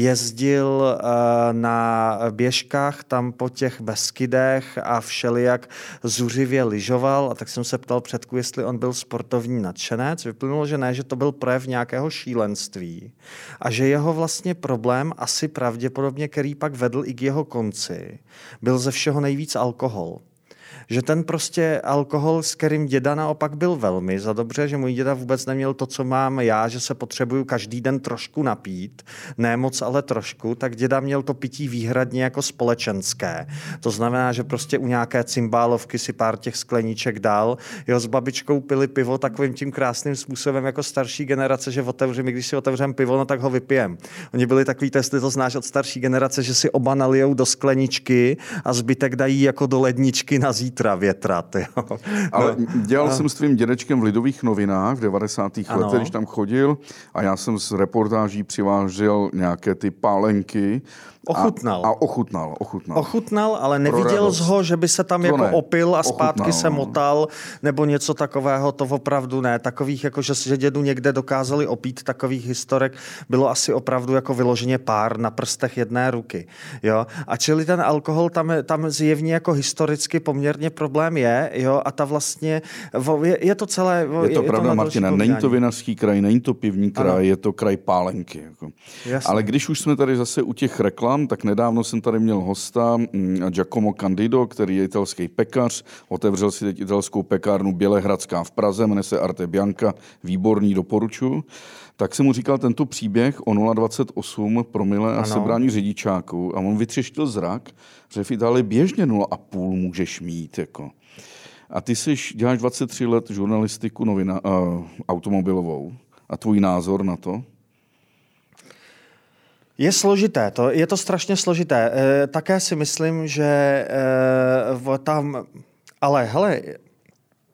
jezdil e, na běžkách tam po těch Beskydech a všelijak zuřivě lyžoval, a tak jsem se ptal předku, jestli on byl sportovní nadšenec. Vyplynulo, že ne, že to byl projev nějakého šílenství a že jeho vlastně problém asi pravděpodobně, který pak vedl i k jeho konci, byl ze všeho nejvíc alkohol. Že ten prostě alkohol, s kterým děda naopak byl velmi za dobře, že můj děda vůbec neměl to, co mám já, že se potřebuju každý den trošku napít, ne moc, ale trošku, tak děda měl to pití výhradně jako společenské. To znamená, že prostě u nějaké cymbálovky si pár těch skleníček dal. Jo, s babičkou pili pivo takovým tím krásným způsobem jako starší generace, že otevřeme, když si otevřeme pivo, no tak ho vypijem. Oni byli takový, jestli to znáš od starší generace, že si oba nalijou do skleničky a zbytek dají jako do ledničky na zítra větrat. Jo. Ale no, dělal no. jsem s tvým dědečkem v Lidových novinách v devadesátých letech, když tam chodil a já jsem z reportáží přivážel nějaké ty pálenky. Ochutnal. A, a ochutnal, ochutnal. Ochutnal, ale neviděl z ho, že by se tam to jako ne. opil a zpátky ochutnal, se motal, nebo něco takového, to opravdu ne. Takových, jako že, že dědu někde dokázali opít, takových historek bylo asi opravdu jako vyloženě pár na prstech jedné ruky. Jo? A čili ten alkohol tam, tam zjevně jako historicky poměrně problém je, jo? A ta vlastně, je, je to celé... Je to je pravda, to Martina, není to vinařský kraj, není to pivní kraj, ano. Je to kraj pálenky. Jako. Ale když už jsme tady zase u těch reklam, tak nedávno jsem tady měl hosta Giacomo Candido, který je italský pekař, otevřel si teď italskou pekárnu Bělehradská v Praze, jmenuje se Arte Bianca, výborný, doporučuji. Tak jsem mu říkal tento příběh o nula dvacet osm promile a ano. sebrání řidičáku a on vytřeštil zrak, že v Itálii běžně nula a půl můžeš mít. Jako. A ty jsi, děláš dvacet tři let žurnalistiku novina, uh, automobilovou a tvůj názor na to? Je složité, to, je to strašně složité. E, také si myslím, že e, tam, ale hele,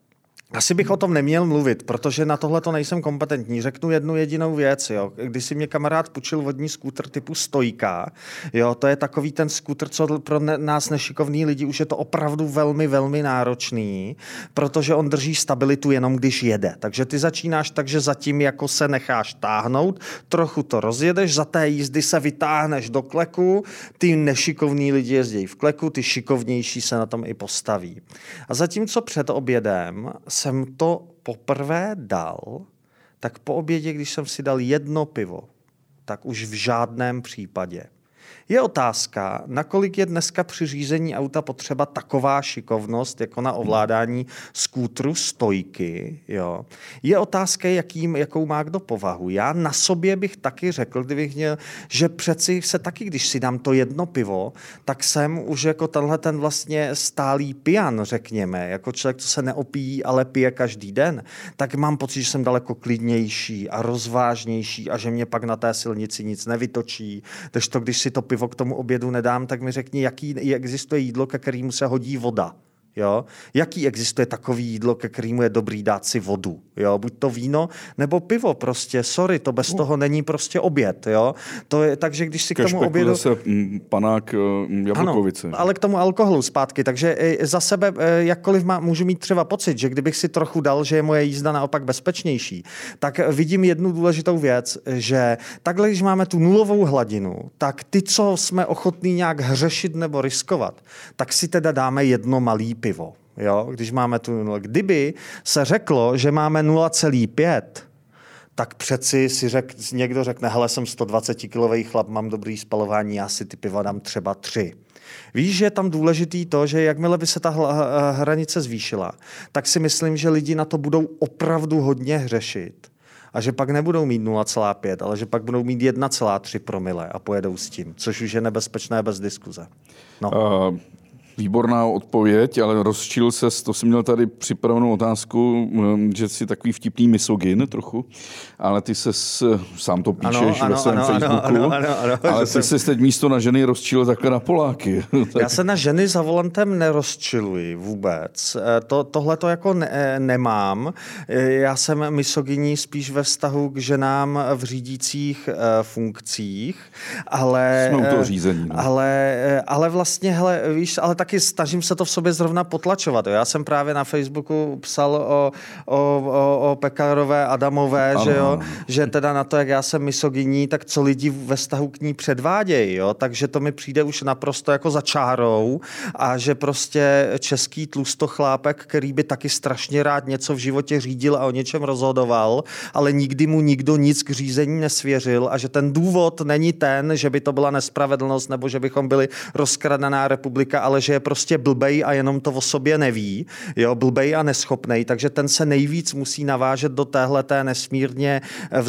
Asi bych o tom neměl mluvit, protože na tohle to nejsem kompetentní. Řeknu jednu jedinou věc. Jo. Když si mě kamarád půjčil vodní skútr typu Stojka, jo, to je takový ten skútr, co pro ne, nás nešikovný lidi už je to opravdu velmi, velmi náročný, protože on drží stabilitu jenom když jede. Takže ty začínáš tak, že zatím jako se necháš táhnout, trochu to rozjedeš, za té jízdy se vytáhneš do kleku, ty nešikovní lidi jezdí v kleku, ty šikovnější se na tom i postaví. A zatímco před obědem jsem to poprvé dal, tak po obědě, když jsem si dal jedno pivo, tak už v žádném případě. Je otázka, nakolik je dneska při řízení auta potřeba taková šikovnost, jako na ovládání skútru Stojky. Jo. Je otázka, jakým, jakou má kdo povahu. Já na sobě bych taky řekl, kdybych měl, že přeci se taky, když si dám to jedno pivo, tak jsem už jako tenhle ten vlastně stálý pijan, řekněme, jako člověk, co se neopíjí, ale pije každý den, tak mám pocit, že jsem daleko klidnější a rozvážnější a že mě pak na té silnici nic nevytočí. Takže to, když si to pivo k tomu obědu nedám, tak mi řekni, jaký existuje jídlo, ke kterému se hodí voda. Jo? Jaký existuje takový jídlo, ke kterému je dobrý dát si vodu? Jo? Buď to víno, nebo pivo prostě. Sorry, to bez uh. toho není prostě oběd. Jo? To je, takže když si k tomu obědu... se panák jablkovice. Ano, ale k tomu alkoholu zpátky. Takže za sebe, jakkoliv má, můžu mít třeba pocit, že kdybych si trochu dal, že je moje jízda naopak bezpečnější, tak vidím jednu důležitou věc, že takhle, když máme tu nulovou hladinu, tak ty, co jsme ochotní nějak hřešit nebo riskovat, tak si teda dáme jedno malý pivo. Jo? Když máme tu nulu. Kdyby se řeklo, že máme nula celá pět, tak přeci si řek, někdo řekne, hele, jsem sto dvacet kilový chlap, mám dobrý spalování, já si ty piva dám třeba tři. Víš, že je tam důležitý to, že jakmile by se ta hranice zvýšila, tak si myslím, že lidi na to budou opravdu hodně hřešit. A že pak nebudou mít nula celá pět, ale že pak budou mít jedna celá tři promile a pojedou s tím, což už je nebezpečné bez diskuze. No. Uh... Výborná odpověď, ale rozčil ses, to jsem měl tady připravenou otázku, že jsi takový vtipný misogyn trochu, ale ty ses, sám to píšeš ano, ve svém ano, Facebooku, ano, ano, ano, ale ty ses teď místo na ženy rozčil takhle na Poláky. Já se na ženy za volantem nerozčiluji vůbec. To, tohle to jako ne, nemám. Já jsem misogyní spíš ve vztahu k ženám v řídících funkcích, ale... Jsme u toho řízení. No. Ale, ale vlastně, hele, víš, ale tak taky snažím se to v sobě zrovna potlačovat. Jo. Já jsem právě na Facebooku psal o, o, o, o Pekarové Adamové, že, jo, že teda na to, jak já jsem misogyní, tak co lidi ve vztahu k ní předvádějí. Jo. Takže to mi přijde už naprosto jako za čárou a že prostě český tlustochlápek, který by taky strašně rád něco v životě řídil a o něčem rozhodoval, ale nikdy mu nikdo nic k řízení nesvěřil a že ten důvod není ten, že by to byla nespravedlnost nebo že bychom byli rozkradená republika, ale že je prostě blbej a jenom to o sobě neví, jo, blbej a neschopnej, takže ten se nejvíc musí navážet do téhleté nesmírně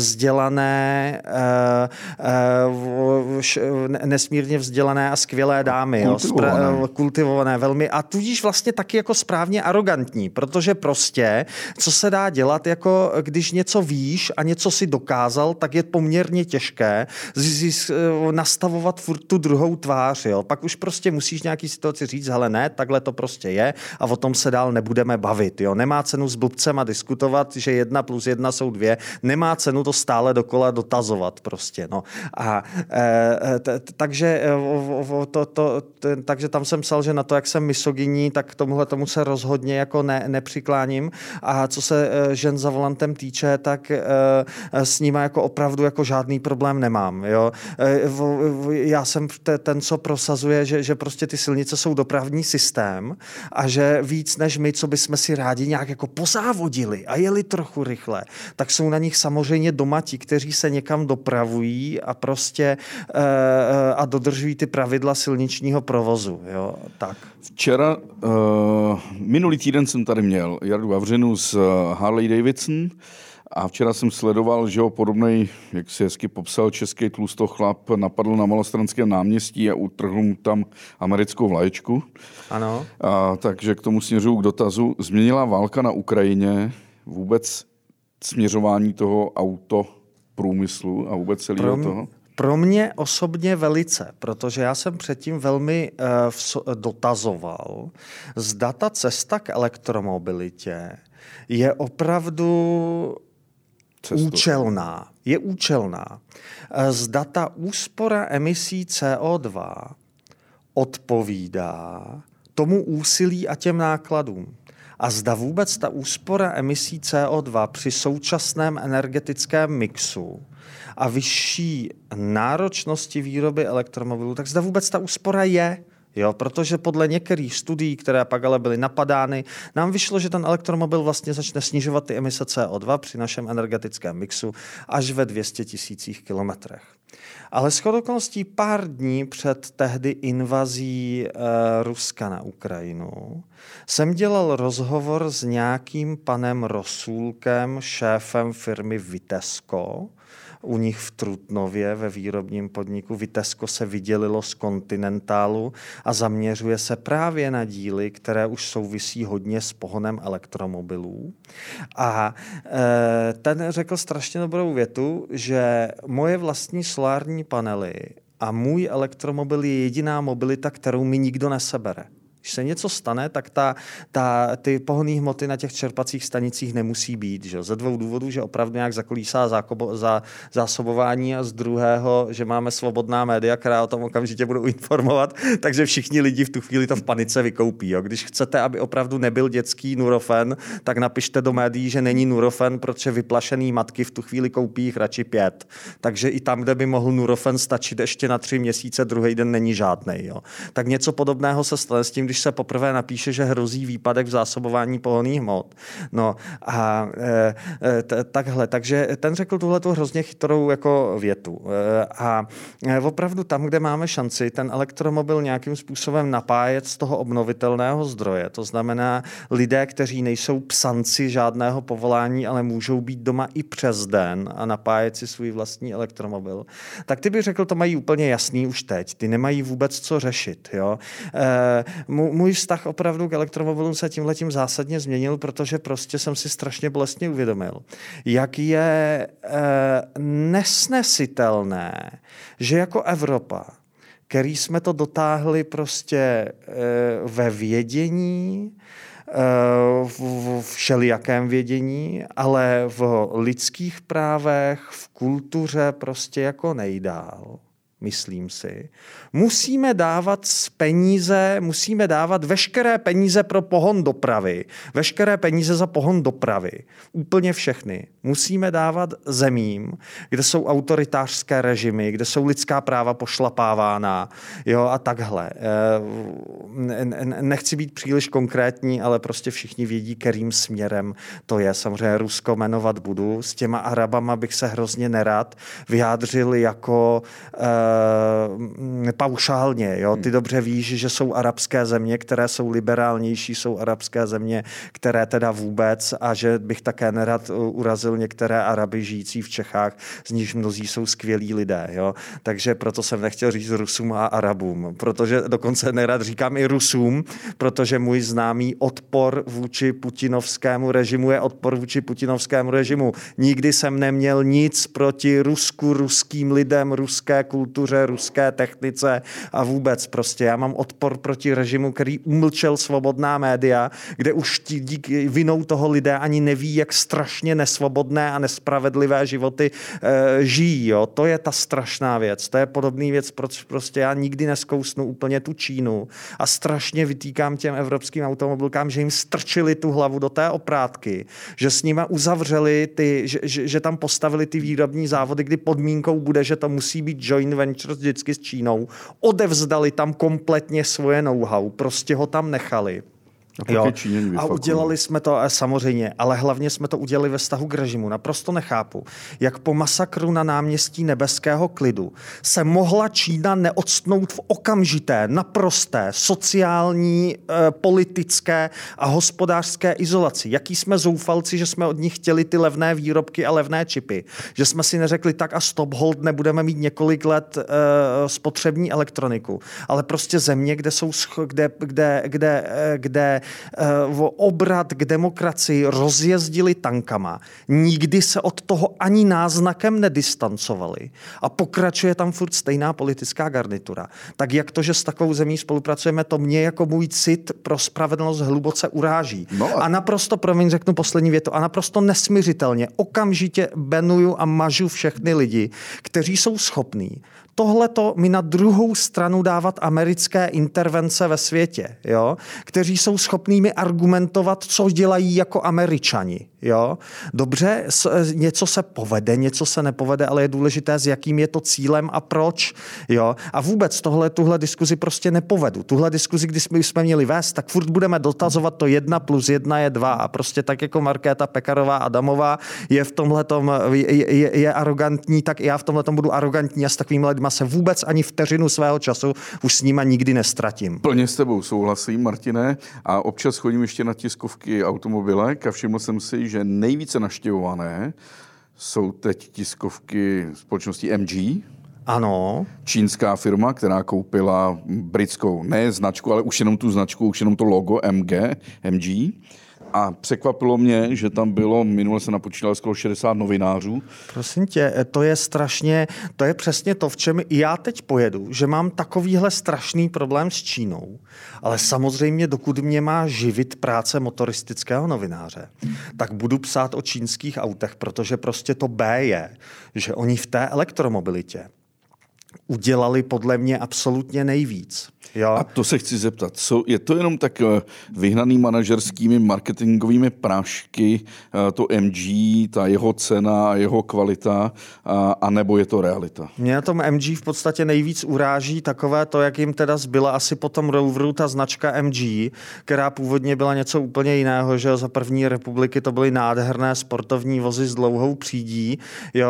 vzdělané nesmírně vzdělané a skvělé dámy, kultivované. Jo, kultivované velmi a tudíž vlastně taky jako správně arrogantní, protože prostě, co se dá dělat, jako když něco víš a něco si dokázal, tak je poměrně těžké nastavovat furt tu druhou tvář, jo, pak už prostě musíš nějaký situaci říct, hele ne, takhle to prostě je a o tom se dál nebudeme bavit. Jo. Nemá cenu s blbcema diskutovat, že jedna plus jedna jsou dvě, nemá cenu to stále dokola dotazovat prostě. No. A e, t, takže, to, to, t, takže tam jsem psal, že na to, jak jsem misogyní, tak tomuhle tomu se rozhodně jako ne, nepřikláním a co se e, žen za volantem týče, tak e, s nima jako opravdu jako žádný problém nemám. Jo. E, v, v, já jsem te, ten, co prosazuje, že, že prostě ty silnice jsou dopravní systém a že víc než my, co bychom si rádi nějak jako pozávodili a jeli trochu rychle, tak jsou na nich samozřejmě doma ti, kteří se někam dopravují a prostě e, a dodržují ty pravidla silničního provozu. Jo, tak. Včera, uh, minulý týden jsem tady měl Jardu Vavřinu z Harley Davidson a včera jsem sledoval, že ho podobnej, jak si hezky popsal, český tlustochlap napadl na Malostranském náměstí a utrhl mu tam americkou vlaječku. Ano. A, takže k tomu směřuju k dotazu. Změnila válka na Ukrajině vůbec směřování toho autoprůmyslu a vůbec celého Pro... toho? Pro mě osobně velice, protože já jsem předtím velmi uh, vso- dotazoval, zda ta cesta k elektromobilitě je opravdu Cestu. účelná. Je účelná. Zda ta úspora emisí C O dva odpovídá tomu úsilí a těm nákladům. A zda vůbec ta úspora emisí C O dva při současném energetickém mixu a vyšší náročnosti výroby elektromobilů, tak zda vůbec ta úspora je. Jo, protože podle některých studií, které pak ale byly napadány, nám vyšlo, že ten elektromobil vlastně začne snižovat ty emise C O dva při našem energetickém mixu až ve dvě stě tisících kilometrech. Ale shodou okolností pár dní před tehdy invazí e, Ruska na Ukrajinu jsem dělal rozhovor s nějakým panem Rosůlkem, šéfem firmy Vitesco, u nich v Trutnově ve výrobním podniku. Vitesco se vydělilo z Continentalu a zaměřuje se právě na díly, které už souvisí hodně s pohonem elektromobilů. A e, ten řekl strašně dobrou větu, že moje vlastní solární panely a můj elektromobil je jediná mobilita, kterou mi nikdo nesebere. Když se něco stane, tak ta, ta, ty pohonné hmoty na těch čerpacích stanicích nemusí být. Že? Ze dvou důvodů, že opravdu nějak zakolísá zákobo, za, zásobování a z druhého, že máme svobodná média, která o tom okamžitě budou informovat, takže všichni lidi v tu chvíli to v panice vykoupí. Jo? Když chcete, aby opravdu nebyl dětský Nurofen, tak napište do médií, že není Nurofen, protože vyplašený matky v tu chvíli koupí jich radši pět. Takže i tam, kde by mohl Nurofen stačit ještě na tři měsíce, druhý den není žádnej. Jo? Tak něco podobného se stane s tím, když se poprvé napíše, že hrozí výpadek v zásobování pohonných hmot. No a e, t, takhle. Takže ten řekl tuhletu hrozně chytrou jako větu. E, a opravdu tam, kde máme šanci ten elektromobil nějakým způsobem napájet z toho obnovitelného zdroje, to znamená lidé, kteří nejsou psanci žádného povolání, ale můžou být doma i přes den a napájet si svůj vlastní elektromobil, tak ty bych řekl, to mají úplně jasný už teď. Ty nemají vůbec co řešit. Jo? E, Můj vztah opravdu k elektromobilům se tímhletím zásadně změnil, protože prostě jsem si strašně bolestně uvědomil, jak je e, nesnesitelné, že jako Evropa, který jsme to dotáhli prostě e, ve vědění, v všelijakém vědění, ale v lidských právech, v kultuře prostě jako nejdál. Myslím si. Musíme dávat z peníze, musíme dávat veškeré peníze pro pohon dopravy, veškeré peníze za pohon dopravy, úplně všechny. Musíme dávat zemím, kde jsou autoritářské režimy, kde jsou lidská práva pošlapávána, jo, a takhle. Nechci být příliš konkrétní, ale prostě všichni vědí, kterým směrem to je. Samozřejmě Rusko jmenovat budu. S těma Arabama bych se hrozně nerad vyjádřil jako Uh, paušálně. Jo? Ty dobře víš, že jsou arabské země, které jsou liberálnější, jsou arabské země, které teda vůbec, a že bych také nerad urazil některé Araby žijící v Čechách, z nichž mnozí jsou skvělí lidé. Jo? Takže proto jsem nechtěl říct Rusům a Arabům. Protože dokonce nerad říkám i Rusům, protože můj známý odpor vůči putinovskému režimu je odpor vůči putinovskému režimu. Nikdy jsem neměl nic proti Rusku, ruským lidem, ruské kultuře, ruské technice a vůbec prostě. Já mám odpor proti režimu, který umlčel svobodná média, kde už díky vinou toho lidé ani neví, jak strašně nesvobodné a nespravedlivé životy e, žijí. Jo. To je ta strašná věc. To je podobný věc, proč prostě já nikdy neskousnu úplně tu Čínu a strašně vytýkám těm evropským automobilkám, že jim strčili tu hlavu do té oprátky, že s nima uzavřeli ty, že, že, že tam postavili ty výrobní závody, kdy podmínkou bude, že to musí být joint venture vždycky s Čínou, odevzdali tam kompletně svoje know-how, prostě ho tam nechali. A, jo. a udělali jsme to, samozřejmě, ale hlavně jsme to udělali ve vztahu k režimu. Naprosto nechápu, jak po masakru na náměstí Nebeského klidu se mohla Čína neodstnout v okamžité, naprosté sociální, eh, politické a hospodářské izolaci. Jaký jsme zoufalci, že jsme od nich chtěli ty levné výrobky a levné čipy. Že jsme si neřekli tak a stop, hold, nebudeme mít několik let eh, spotřební elektroniku. Ale prostě země, kde jsou, kde, kde, kde, kde uh, obrat k demokracii rozjezdili tankama. Nikdy se od toho ani náznakem nedistancovali. A pokračuje tam furt stejná politická garnitura. Tak jak to, že s takovou zemí spolupracujeme, to mě jako můj cit pro spravedlnost hluboce uráží. No a... a naprosto, promiň, řeknu poslední větu, a naprosto nesmiřitelně okamžitě benuju a mažu všechny lidi, kteří jsou schopní tohleto mi na druhou stranu dávat americké intervence ve světě, jo? Kteří jsou schopnými argumentovat, co dělají jako Američani. Jo? Dobře, něco se povede, něco se nepovede, ale je důležité, s jakým je to cílem a proč. Jo? A vůbec tohle, tuhle diskuzi prostě nepovedu. Tuhle diskuzi, když jsme, jsme měli vést, tak furt budeme dotazovat to jedna plus jedna je dva a prostě tak jako Markéta Pekarová Adamová je v tomhletom je, je, je arrogantní, tak i já v tomhletom budu arrogantní a s takovými lidma se vůbec ani vteřinu svého času už s nima nikdy nestratím. Plně s tebou souhlasím, Martine, a občas chodím ještě na tiskovky automobilek a všiml jsem si, že nejvíce naštěvované jsou teď tiskovky společnosti M G. Ano. Čínská firma, která koupila britskou, ne značku, ale už jenom tu značku, už jenom to logo M G, M G. A překvapilo mě, že tam bylo, minule se napočítalo skoro šedesát novinářů. Prosím tě, to je strašně, to je přesně to, v čem já teď pojedu, že mám takovýhle strašný problém s Čínou, ale samozřejmě dokud mě má živit práce motoristického novináře, tak budu psát o čínských autech, protože prostě to B je, že oni v té elektromobilitě udělali podle mě absolutně nejvíc. Jo? A to se chci zeptat. Co, je to jenom tak vyhnaný manažerskými marketingovými prášky, to M G, ta jeho cena, jeho kvalita, a, a nebo je to realita? Mě na tom M G v podstatě nejvíc uráží takové to, jak jim teda zbyla asi po tom Roveru ta značka M G, která původně byla něco úplně jiného, že za první republiky to byly nádherné sportovní vozy s dlouhou přídí, jo,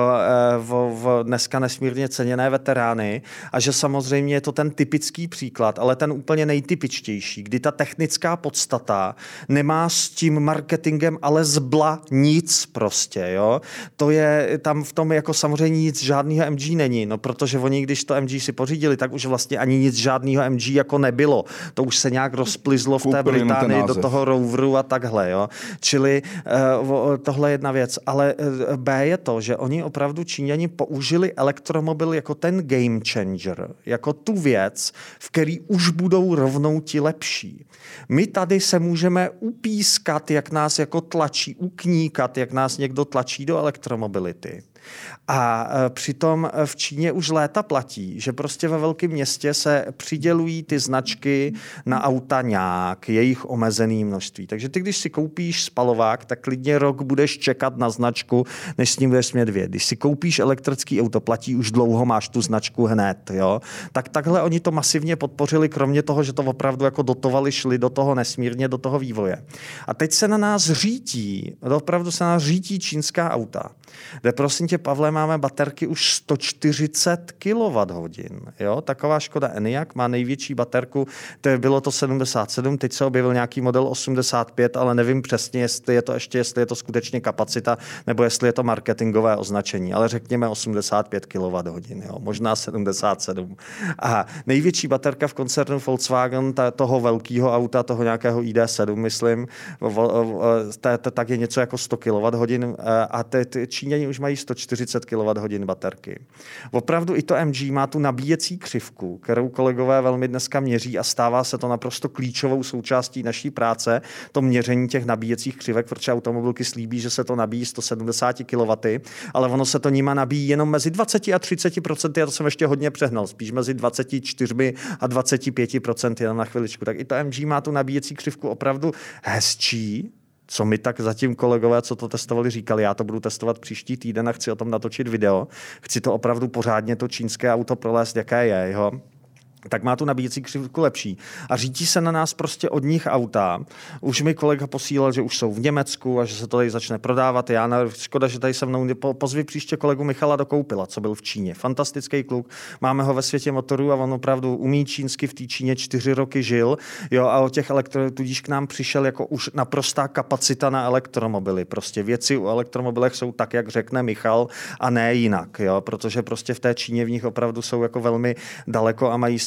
v, v dneska nesmírně ceněné veterány, a že samozřejmě je to ten typický příklad, ale ten úplně nejtypičtější, kdy ta technická podstata nemá s tím marketingem ale zbla nic prostě, jo. To je tam v tom jako samozřejmě nic žádného M G není, no protože oni, když to M G si pořídili, tak už vlastně ani nic žádného M G jako nebylo. To už se nějak rozplizlo v té Británii do toho Roveru a takhle, jo. Čili uh, tohle je jedna věc, ale uh, B je to, že oni opravdu Číňani použili elektromobil jako ten game changer, jako tu věc, v který už budou rovnou ti lepší. My tady se můžeme upískat, jak nás jako tlačí, ukníkat, jak nás někdo tlačí do elektromobility. A přitom v Číně už léta platí, že prostě ve velkém městě se přidělují ty značky na auta nějak, jejich omezený množství. Takže ty, když si koupíš spalovák, tak klidně rok budeš čekat na značku, než s ním budeš smět vyjet. Když si koupíš elektrický auto, platí už dlouho, máš tu značku hned. Jo? Tak takhle oni to masivně podpořili, kromě toho, že to opravdu jako dotovali, šli do toho nesmírně, do toho vývoje. A teď se na nás řítí, opravdu se na nás řítí čínská auta, kde prosím tě, Pavle, máme baterky už sto čtyřicet kilowatthodin. Jo? Taková Škoda Enyaq má největší baterku, to bylo to sedmdesát sedm, teď se objevil nějaký model osmdesát pět, ale nevím přesně, jestli je to ještě, jestli je to skutečně kapacita, nebo jestli je to marketingové označení, ale řekněme osmdesát pět kilowatthodin, jo? Možná sedmdesát sedm. A největší baterka v koncernu Volkswagen, ta, toho velkého auta, toho nějakého I D sedm, myslím, tak je něco jako sto kilowatthodin a ty Číňani už mají sto čtyřicet kilowatthodin baterky. Opravdu i to M G má tu nabíjecí křivku, kterou kolegové velmi dneska měří a stává se to naprosto klíčovou součástí naší práce, to měření těch nabíjecích křivek, protože automobilky slíbí, že se to nabíjí sto sedmdesát kilowattů, ale ono se to nima nabíjí jenom mezi dvacet a třicet procenty, a to jsem ještě hodně přehnal, spíš mezi dvacet čtyři a dvacet pět procenty jenom na chviličku. Tak i to M G má tu nabíjecí křivku opravdu hezčí, co mi tak zatím kolegové, co to testovali, říkali. Já to budu testovat příští týden a chci o tom natočit video. Chci to opravdu pořádně, to čínské auto prolézt, jaké je, jo. Tak má tu nabíjecí křivku lepší. A řítí se na nás prostě od nich auta. Už mi kolega posílal, že už jsou v Německu a že se to tady začne prodávat. Já na, škoda, že tady se mnou pozvi příště kolegu Michala Dokoupila, co byl v Číně. Fantastický kluk. Máme ho ve světě motorů a on opravdu umí čínsky, v té Číně čtyři roky žil. Jo, a od těch elektro, tudíž k nám přišel jako už naprostá kapacita na elektromobily. Prostě věci o elektromobilech jsou tak, jak řekne Michal, a ne jinak, jo, protože prostě v té Číně v nich opravdu jsou jako velmi daleko a mají s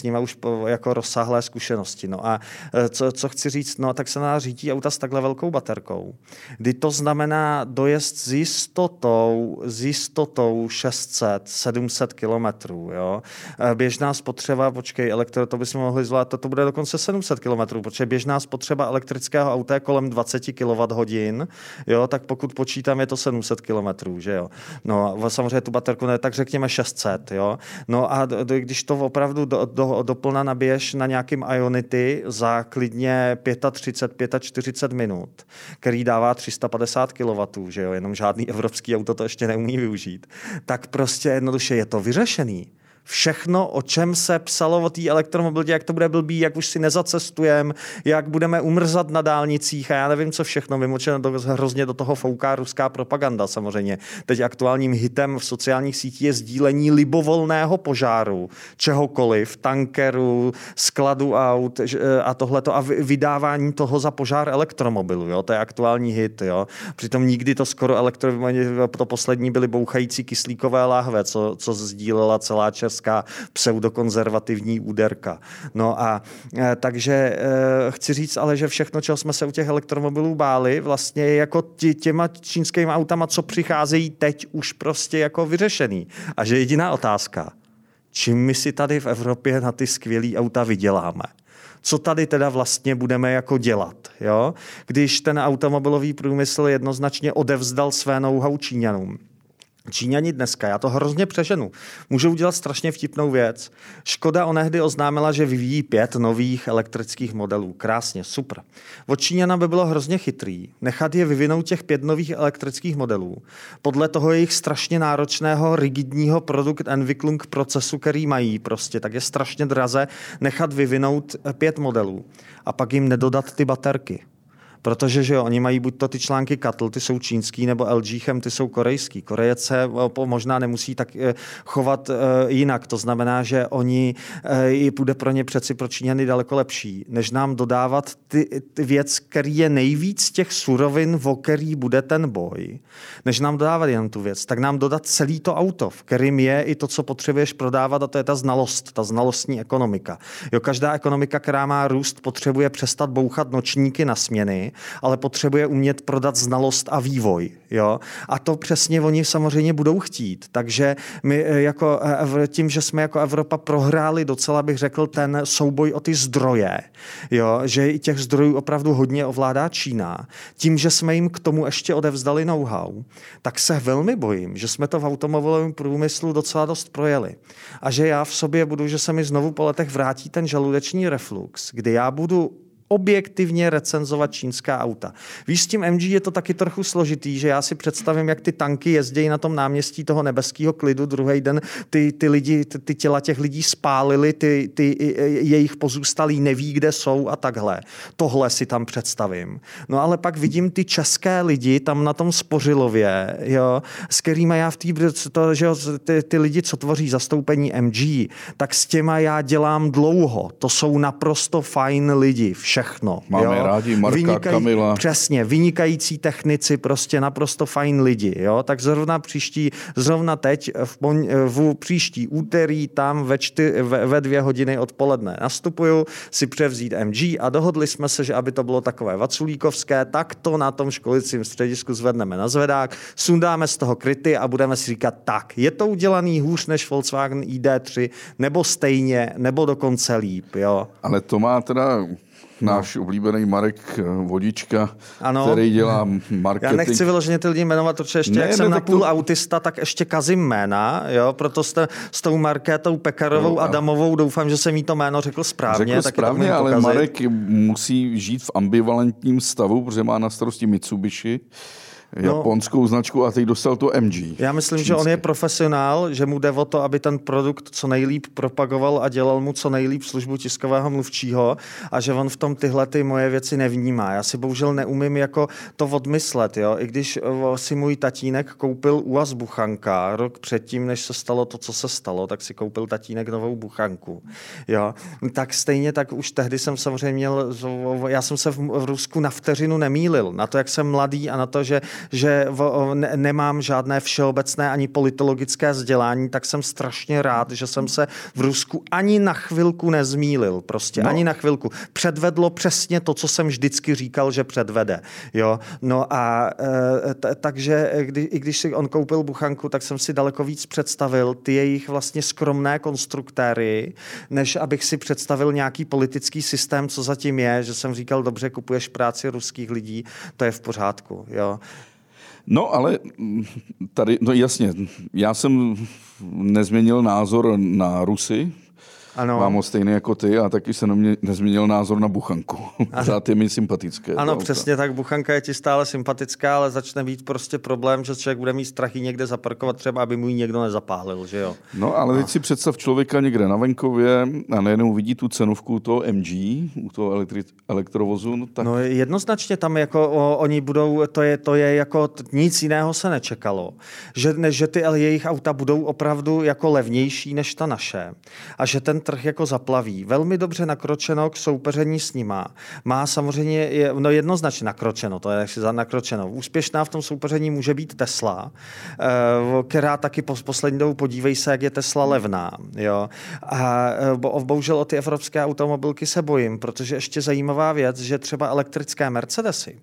s nimi už po, jako rozsáhlé zkušenosti. No a co, co chci říct, no tak se na řídí auta s takhle velkou baterkou, kdy to znamená dojezd s jistotou, s jistotou šest set, sedm set kilometrů. Jo? Běžná spotřeba, počkej, elektro, to bychom mohli zvládat, to bude dokonce sedm set kilometrů, protože běžná spotřeba elektrického auta je kolem dvacet kilowatthodin, jo, tak pokud počítám, je to sedm set kilometrů, že jo. No a samozřejmě tu baterku ne, tak řekněme šest set, jo. No a do, když to opravdu do, do, doplna nabiješ na nějakým Ionity za klidně třicet pět, čtyřicet pět minut, který dává tři sta padesát kilowattů, že jo, jenom žádný evropský auto to ještě neumí využít, tak prostě jednoduše je to vyřešený. Všechno, o čem se psalo o té elektromobilitě, jak to bude blbý, jak už si nezacestujeme, jak budeme umrzat na dálnicích a já nevím, co všechno. Vím, že hrozně do toho fouká ruská propaganda samozřejmě. Teď aktuálním hitem v sociálních sítích je sdílení libovolného požáru, čehokoliv, tankeru, skladu aut a tohleto a vydávání toho za požár elektromobilu. Jo? To je aktuální hit. Jo? Přitom nikdy to skoro elektromobily, to poslední byly bouchající kyslíkové láhve, co, co sdílela celá část pseudokonzervativní úderka. No a e, takže e, chci říct ale, že všechno, čeho jsme se u těch elektromobilů báli, vlastně je jako tě, těma čínskými autama, co přicházejí teď, už prostě jako vyřešený. A že jediná otázka, čím my si tady v Evropě na ty skvělý auta vyděláme? Co tady teda vlastně budeme jako dělat, jo? Když ten automobilový průmysl jednoznačně odevzdal své know-how Číňanům. Číňani dneska, já to hrozně přeženu, můžou udělat strašně vtipnou věc. Škoda onehdy oznámila, že vyvíjí pět nových elektrických modelů. Krásně, super. Od Číňana by bylo hrozně chytrý nechat je vyvinout těch pět nových elektrických modelů. Podle toho jejich strašně náročného, rigidního produkt Entwicklung procesu, který mají prostě, tak je strašně draze nechat vyvinout pět modelů a pak jim nedodat ty baterky. Protože že jo, oni mají buď to ty články Katl, ty jsou čínský, nebo L G Chem, ty jsou korejský. Korejec se možná nemusí tak chovat jinak. To znamená, že oni bude pro ně přeci pro Číňany daleko lepší, než nám dodávat ty, ty věc, který je nejvíc těch surovin, o který bude ten boj, než nám dodávat jen tu věc, tak nám dodat celý to auto, v kterým je i to, co potřebuješ prodávat, a to je ta znalost, ta znalostní ekonomika. Jo, každá ekonomika, která má růst, potřebuje přestat bouchat nočníky na směny, ale potřebuje umět prodat znalost a vývoj. Jo? A to přesně oni samozřejmě budou chtít. Takže my jako tím, že jsme jako Evropa prohráli docela, bych řekl, ten souboj o ty zdroje, jo? Že i těch zdrojů opravdu hodně ovládá Čína, tím, že jsme jim k tomu ještě odevzdali know-how, tak se velmi bojím, že jsme to v automobilovém průmyslu docela dost projeli. A že já v sobě budu, že se mi znovu po letech vrátí ten žaludeční reflux, kdy já budu objektivně recenzovat čínská auta. Víš, s tím M G je to taky trochu složitý, že já si představím, jak ty tanky jezdí na tom náměstí toho nebeského klidu, druhý den ty, ty lidi, ty, ty těla těch lidí spálili, ty, ty jejich pozůstalí neví, kde jsou a takhle. Tohle si tam představím. No ale pak vidím ty české lidi tam na tom Spořilově, jo, s kterými já v té, že ty, ty lidi, co tvoří zastoupení M G, tak s těma já dělám dlouho. To jsou naprosto fajn lidi, všechno. Máme jo? rádi Marka, Vynikaj, Kamila. Přesně, vynikající technici, prostě naprosto fajn lidi. Jo? Tak zrovna příští, zrovna teď, v, pon, v příští úterý, tam ve, čty, ve, ve dvě hodiny odpoledne nastupuju, si převzít M G a dohodli jsme se, že aby to bylo takové vaculíkovské, tak to na tom školicím středisku zvedneme na zvedák, sundáme z toho kryty a budeme si říkat, tak, je to udělaný hůř než Volkswagen I D tři, nebo stejně, nebo dokonce líp. Jo? Ale to má teda náš no. oblíbený Marek Vodička, ano. který dělá marketing. Já nechci vyloženě ty lidi jmenovat, protože ještě ne, jak ne, jsem napůl to... autista, tak ještě kazím jména, jo? Proto jste s tou Markétou Pekarovou no, a Adamovou doufám, že jsem jí to jméno řekl správně. Řekl správně, ale pokazit. Marek musí žít v ambivalentním stavu, protože má na starosti Mitsubishi, japonskou no, značku a teď dostal to M G. Já myslím, čínské. Že on je profesionál, že mu jde o to, aby ten produkt co nejlíp propagoval a dělal mu co nejlíp službu tiskového mluvčího a že on v tom tyhle ty moje věci nevnímá. Já si bohužel neumím jako to odmyslet. Jo? I když si můj tatínek koupil U A Z buchanka rok předtím, než se stalo to, co se stalo, tak si koupil tatínek novou buchanku. Jo? Tak stejně tak už tehdy jsem samozřejmě měl, já jsem se v Rusku na vteřinu nemýlil. Na to, jak jsem mladý a na to, že že v, ne, nemám žádné všeobecné ani politologické vzdělání, tak jsem strašně rád, že jsem se v Rusku ani na chvilku nezmýlil. Prostě no. ani na chvilku. Předvedlo přesně to, co jsem vždycky říkal, že předvede. Jo? No a t- takže kdy, i když si on koupil buchanku, tak jsem si daleko víc představil ty jejich vlastně skromné konstruktéry, než abych si představil nějaký politický systém, co zatím je, že jsem říkal, dobře, kupuješ práci ruských lidí, to je v pořádku. Jo? No, ale tady, no jasně, já jsem nezměnil názor na Rusy, ano. Mám ho stejný jako ty a taky se na mě nezměnil názor na buchanku. Pořád je mi sympatické. Ano, přesně tak. Buchanka je ti stále sympatická, ale začne být prostě problém, že člověk bude mít strachy někde zaparkovat třeba, aby mu ji někdo nezapálil, že jo? No, ale teď si představ člověka někde na venkově a najednou vidí tu cenovku toho M G, u toho elektri- elektrovozu. No, tak... no jednoznačně tam jako o, oni budou, to je, to je jako nic jiného se nečekalo. Že, ne, že ty jejich auta budou opravdu jako levnější než ta naše. A že ten trh jako zaplaví. Velmi dobře nakročeno k soupeření s nima. Má samozřejmě, no jednoznačně nakročeno, to je za nakročeno. Úspěšná v tom soupeření může být Tesla, která taky po poslední dobu, podívej se, jak je Tesla levná. Jo. A bohužel o ty evropské automobilky se bojím, protože ještě zajímavá věc, že třeba elektrické Mercedesy,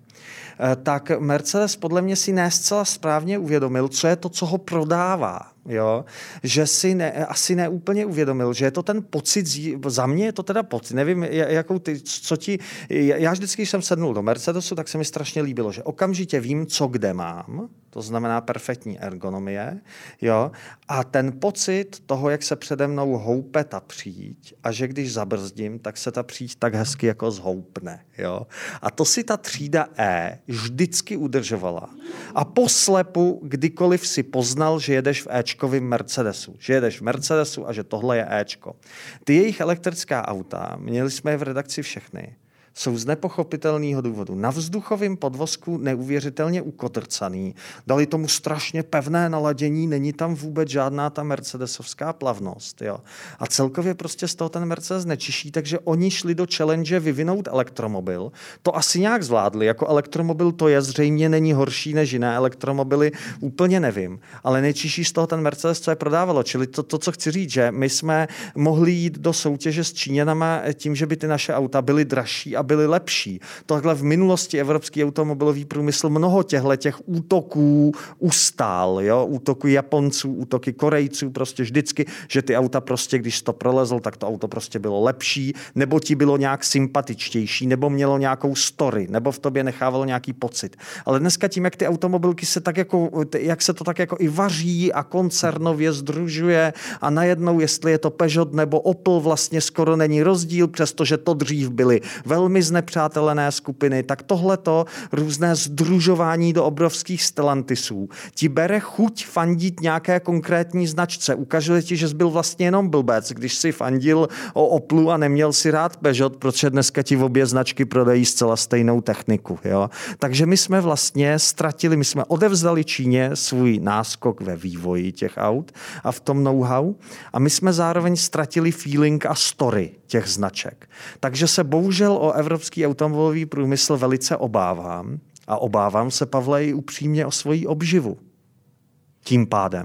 tak Mercedes podle mě si ne zcela správně uvědomil, co je to, co ho prodává. Jo? Že si ne, asi neúplně uvědomil, že je to ten pocit, za mě je to teda pocit, nevím, jakou ty, co ti, já vždycky, když jsem sednul do Mercedesu, tak se mi strašně líbilo, že okamžitě vím, co kde mám, to znamená perfektní ergonomie, jo? A ten pocit toho, jak se přede mnou houpe ta příď a že když zabrzdím, tak se ta příď tak hezky jako zhoupne. Jo? A to si ta třída E vždycky udržovala. A poslepu, kdykoliv si poznal, že jedeš v Ečkovým Mercedesu, že jedeš v Mercedesu a že tohle je Ečko. Ty jejich elektrická auta, měli jsme je v redakci všechny, jsou z nepochopitelného důvodu na vzduchovém podvozku neuvěřitelně ukotrcaný. Dali tomu strašně pevné naladění, není tam vůbec žádná ta mercedesovská plavnost. Jo. A celkově prostě z toho ten Mercedes nečiší, takže oni šli do challenge vyvinout elektromobil. To asi nějak zvládli. Jako elektromobil to je, zřejmě není horší než jiné elektromobily, úplně nevím. Ale nečiší z toho ten Mercedes, co je prodávalo. Čili to, to, co chci říct, že my jsme mohli jít do soutěže s Číňanama tím, že by ty naše auta byly dražší a byly lepší. Tohle v minulosti evropský automobilový průmysl mnoho těchto těch útoků ustál, jo? Útoky Japonců, útoky Korejců, prostě vždycky, že ty auta prostě, když to prolezl, tak to auto prostě bylo lepší, nebo ti bylo nějak sympatičtější, nebo mělo nějakou story, nebo v tobě nechávalo nějaký pocit. Ale dneska tím, jak ty automobilky se tak jako, jak se to tak jako i vaří a koncernově sdružuje a najednou, jestli je to Peugeot nebo Opel, vlastně skoro není rozdíl, přestože to dřív byly velmi znepřátelené skupiny, tak tohleto různé sdružování do obrovských Stellantisů ti bere chuť fandit nějaké konkrétní značce. Ukazuje ti, že jsi byl vlastně jenom blbec, když si fandil o Oplu a neměl si rád Peugeot, protože dneska ti v obě značky prodají zcela stejnou techniku. Jo? Takže my jsme vlastně ztratili, my jsme odevzdali Číně svůj náskok ve vývoji těch aut a v tom know-how a my jsme zároveň ztratili feeling a story těch značek. Takže se bohužel o evropský automobilový průmysl velice obávám a obávám se, Pavle, i upřímně o svoji obživu. Tím pádem.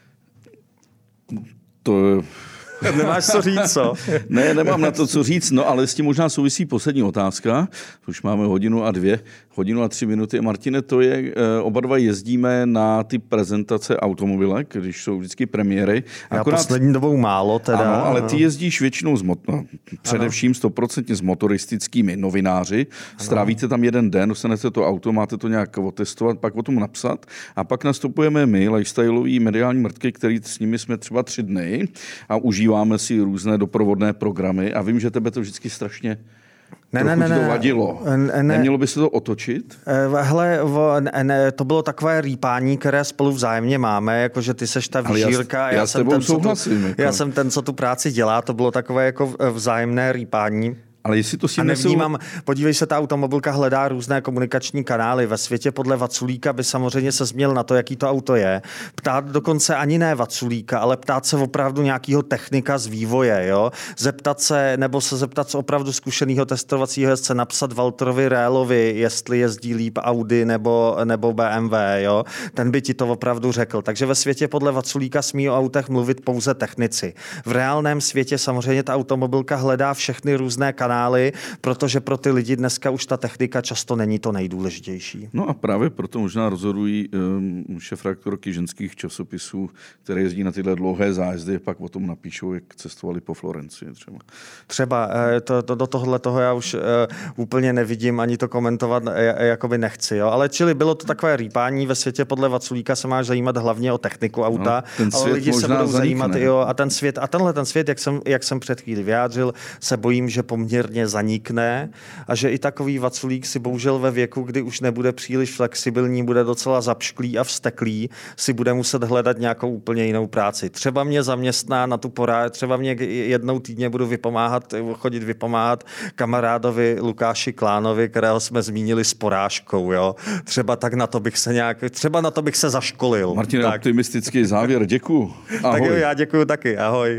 To Nemáš co říct, co? Ne, nemám na to co říct, no ale s tím možná souvisí poslední otázka. Už máme hodinu a dvě, hodinu a tři minuty. Martine, to je, oba dva jezdíme na ty prezentace automobilek, když jsou vždycky premiéry. Já Akorát, poslední dobou málo teda. Ano, ale ty jezdíš většinou s no, především stoprocentně s motoristickými novináři. Strávíte tam jeden den, dostanete to auto, máte to nějak otestovat, pak o tom napsat a pak nastupujeme my, lifestyleoví mediální mrtky, který s nimi jsme třeba tři dny a užíváme Máme si různé doprovodné programy a vím, že tebe to vždycky strašně ne, ne, ne, to vadilo. Ne, Nemělo by se to otočit? Hele, ne, to bylo takové rýpání, které spolu vzájemně máme, jakože ty seš ta výžírka. Já, já, já, jsem ten, tu, já jsem ten, co tu práci dělá, to bylo takové jako vzájemné rýpání. Ale jestli to si a nesou... nevnímám, podívej se, ta automobilka hledá různé komunikační kanály. Ve světě podle Vaculíka by samozřejmě se změl na to, jaký to auto je. Ptát dokonce ani ne Vaculíka, ale ptát se opravdu nějakého technika z vývoje. Jo? Zeptat se, nebo se zeptat z opravdu zkušeného testovacího jezdce, napsat Walterovi Rélovi, jestli jezdí líp Audi nebo, nebo B M W. Jo? Ten by ti to opravdu řekl. Takže ve světě podle Vaculíka smí o autech mluvit pouze technici. V reálném světě samozřejmě ta automobilka hledá všechny různé kanály, protože pro ty lidi dneska už ta technika často není to nejdůležitější. No a právě proto možná rozhodují um, šéfredaktorky ženských časopisů, které jezdí na tyhle dlouhé zájezdy, pak o tom napíšou, jak cestovali po Florencii třeba. Třeba to, to, do tohle toho já už uh, úplně nevidím, ani to komentovat jakoby nechci. Jo? Ale čili bylo to takové rýpání, ve světě podle Vaculíka se máš zajímat hlavně o techniku auta, no, ale lidi se budou zanikne. zajímat jo, a ten svět, a tenhle ten svět, jak jsem, jak jsem před chvíli vyjádřil, se bojím, že poměrně zanikne a že i takový Vaculík si bohužel ve věku, kdy už nebude příliš flexibilní, bude docela zapšklý a vzteklý, si bude muset hledat nějakou úplně jinou práci. Třeba mě zaměstná na tu porád, třeba mě jednou týdně budu vypomáhat, chodit vypomáhat kamarádovi Lukáši Klánovi, kterého jsme zmínili s porážkou. Jo? Třeba tak na to bych se nějak, třeba na to bych se zaškolil. Martin, tak. Optimistický závěr, děkuju. Ahoj. Tak jo, já děkuju taky, ahoj.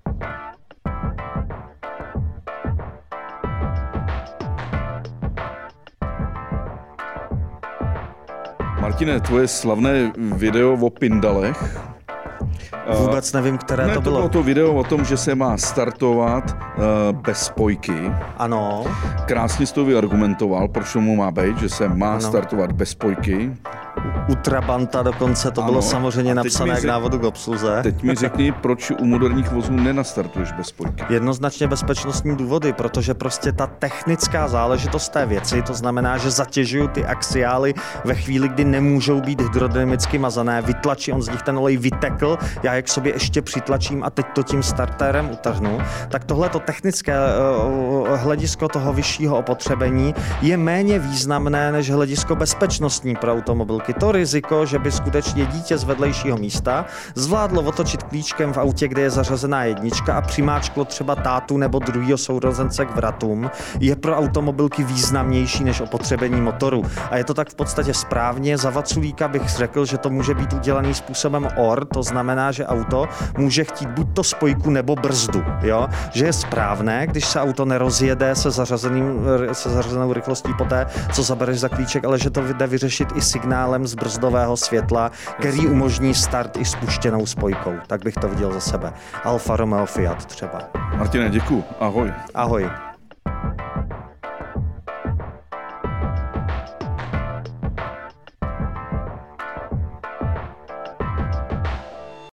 Martine, tvoje slavné video o Pindalech. Vůbec nevím, které ne, to bylo. To bylo to video o tom, že se má startovat uh, bez spojky. Ano. Krásně jsi to vyargumentoval, proč tomu má být, že se má ano. startovat bez spojky. U Trabanta dokonce to ano. bylo samozřejmě napsané jak návodu k obsluze. Teď mi řekni, proč u moderních vozů nenastartuješ bez spojky. Jednoznačně bezpečnostní důvody, protože prostě ta technická záležitost té věci, to znamená, že zatěžují ty axiály ve chvíli, kdy nemůžou být hydrodynamicky mazané, vytlačí, on z nich ten olej vytekl, já je k sobě ještě přitlačím a teď to tím startérem utrhnu, tak tohleto technické uh, hledisko toho vyššího opotřebení je méně významné než hledisko bezpečnostní pro automobilky. To riziko, že by skutečně dítě z vedlejšího místa zvládlo otočit klíčkem v autě, kde je zařazená jednička a přimáčklo třeba tátu nebo druhýho sourozence k vratům, je pro automobilky významnější než opotřebení motoru. A je to tak v podstatě správně. Za Vaculíka bych řekl, že to může být udělaný způsobem O R, to znamená, že auto může chtít buď to spojku nebo brzdu. Jo? Že je správné, když se auto nerozjede se, zařazeným, se zařazenou rychlostí poté, co zabereš za klíček, ale že to jde vyřešit i signálem z brzdového světla, který umožní start i spuštěnou spojkou. Tak bych to viděl za sebe. Alfa Romeo Fiat třeba. Martine, děkuju. Ahoj. Ahoj.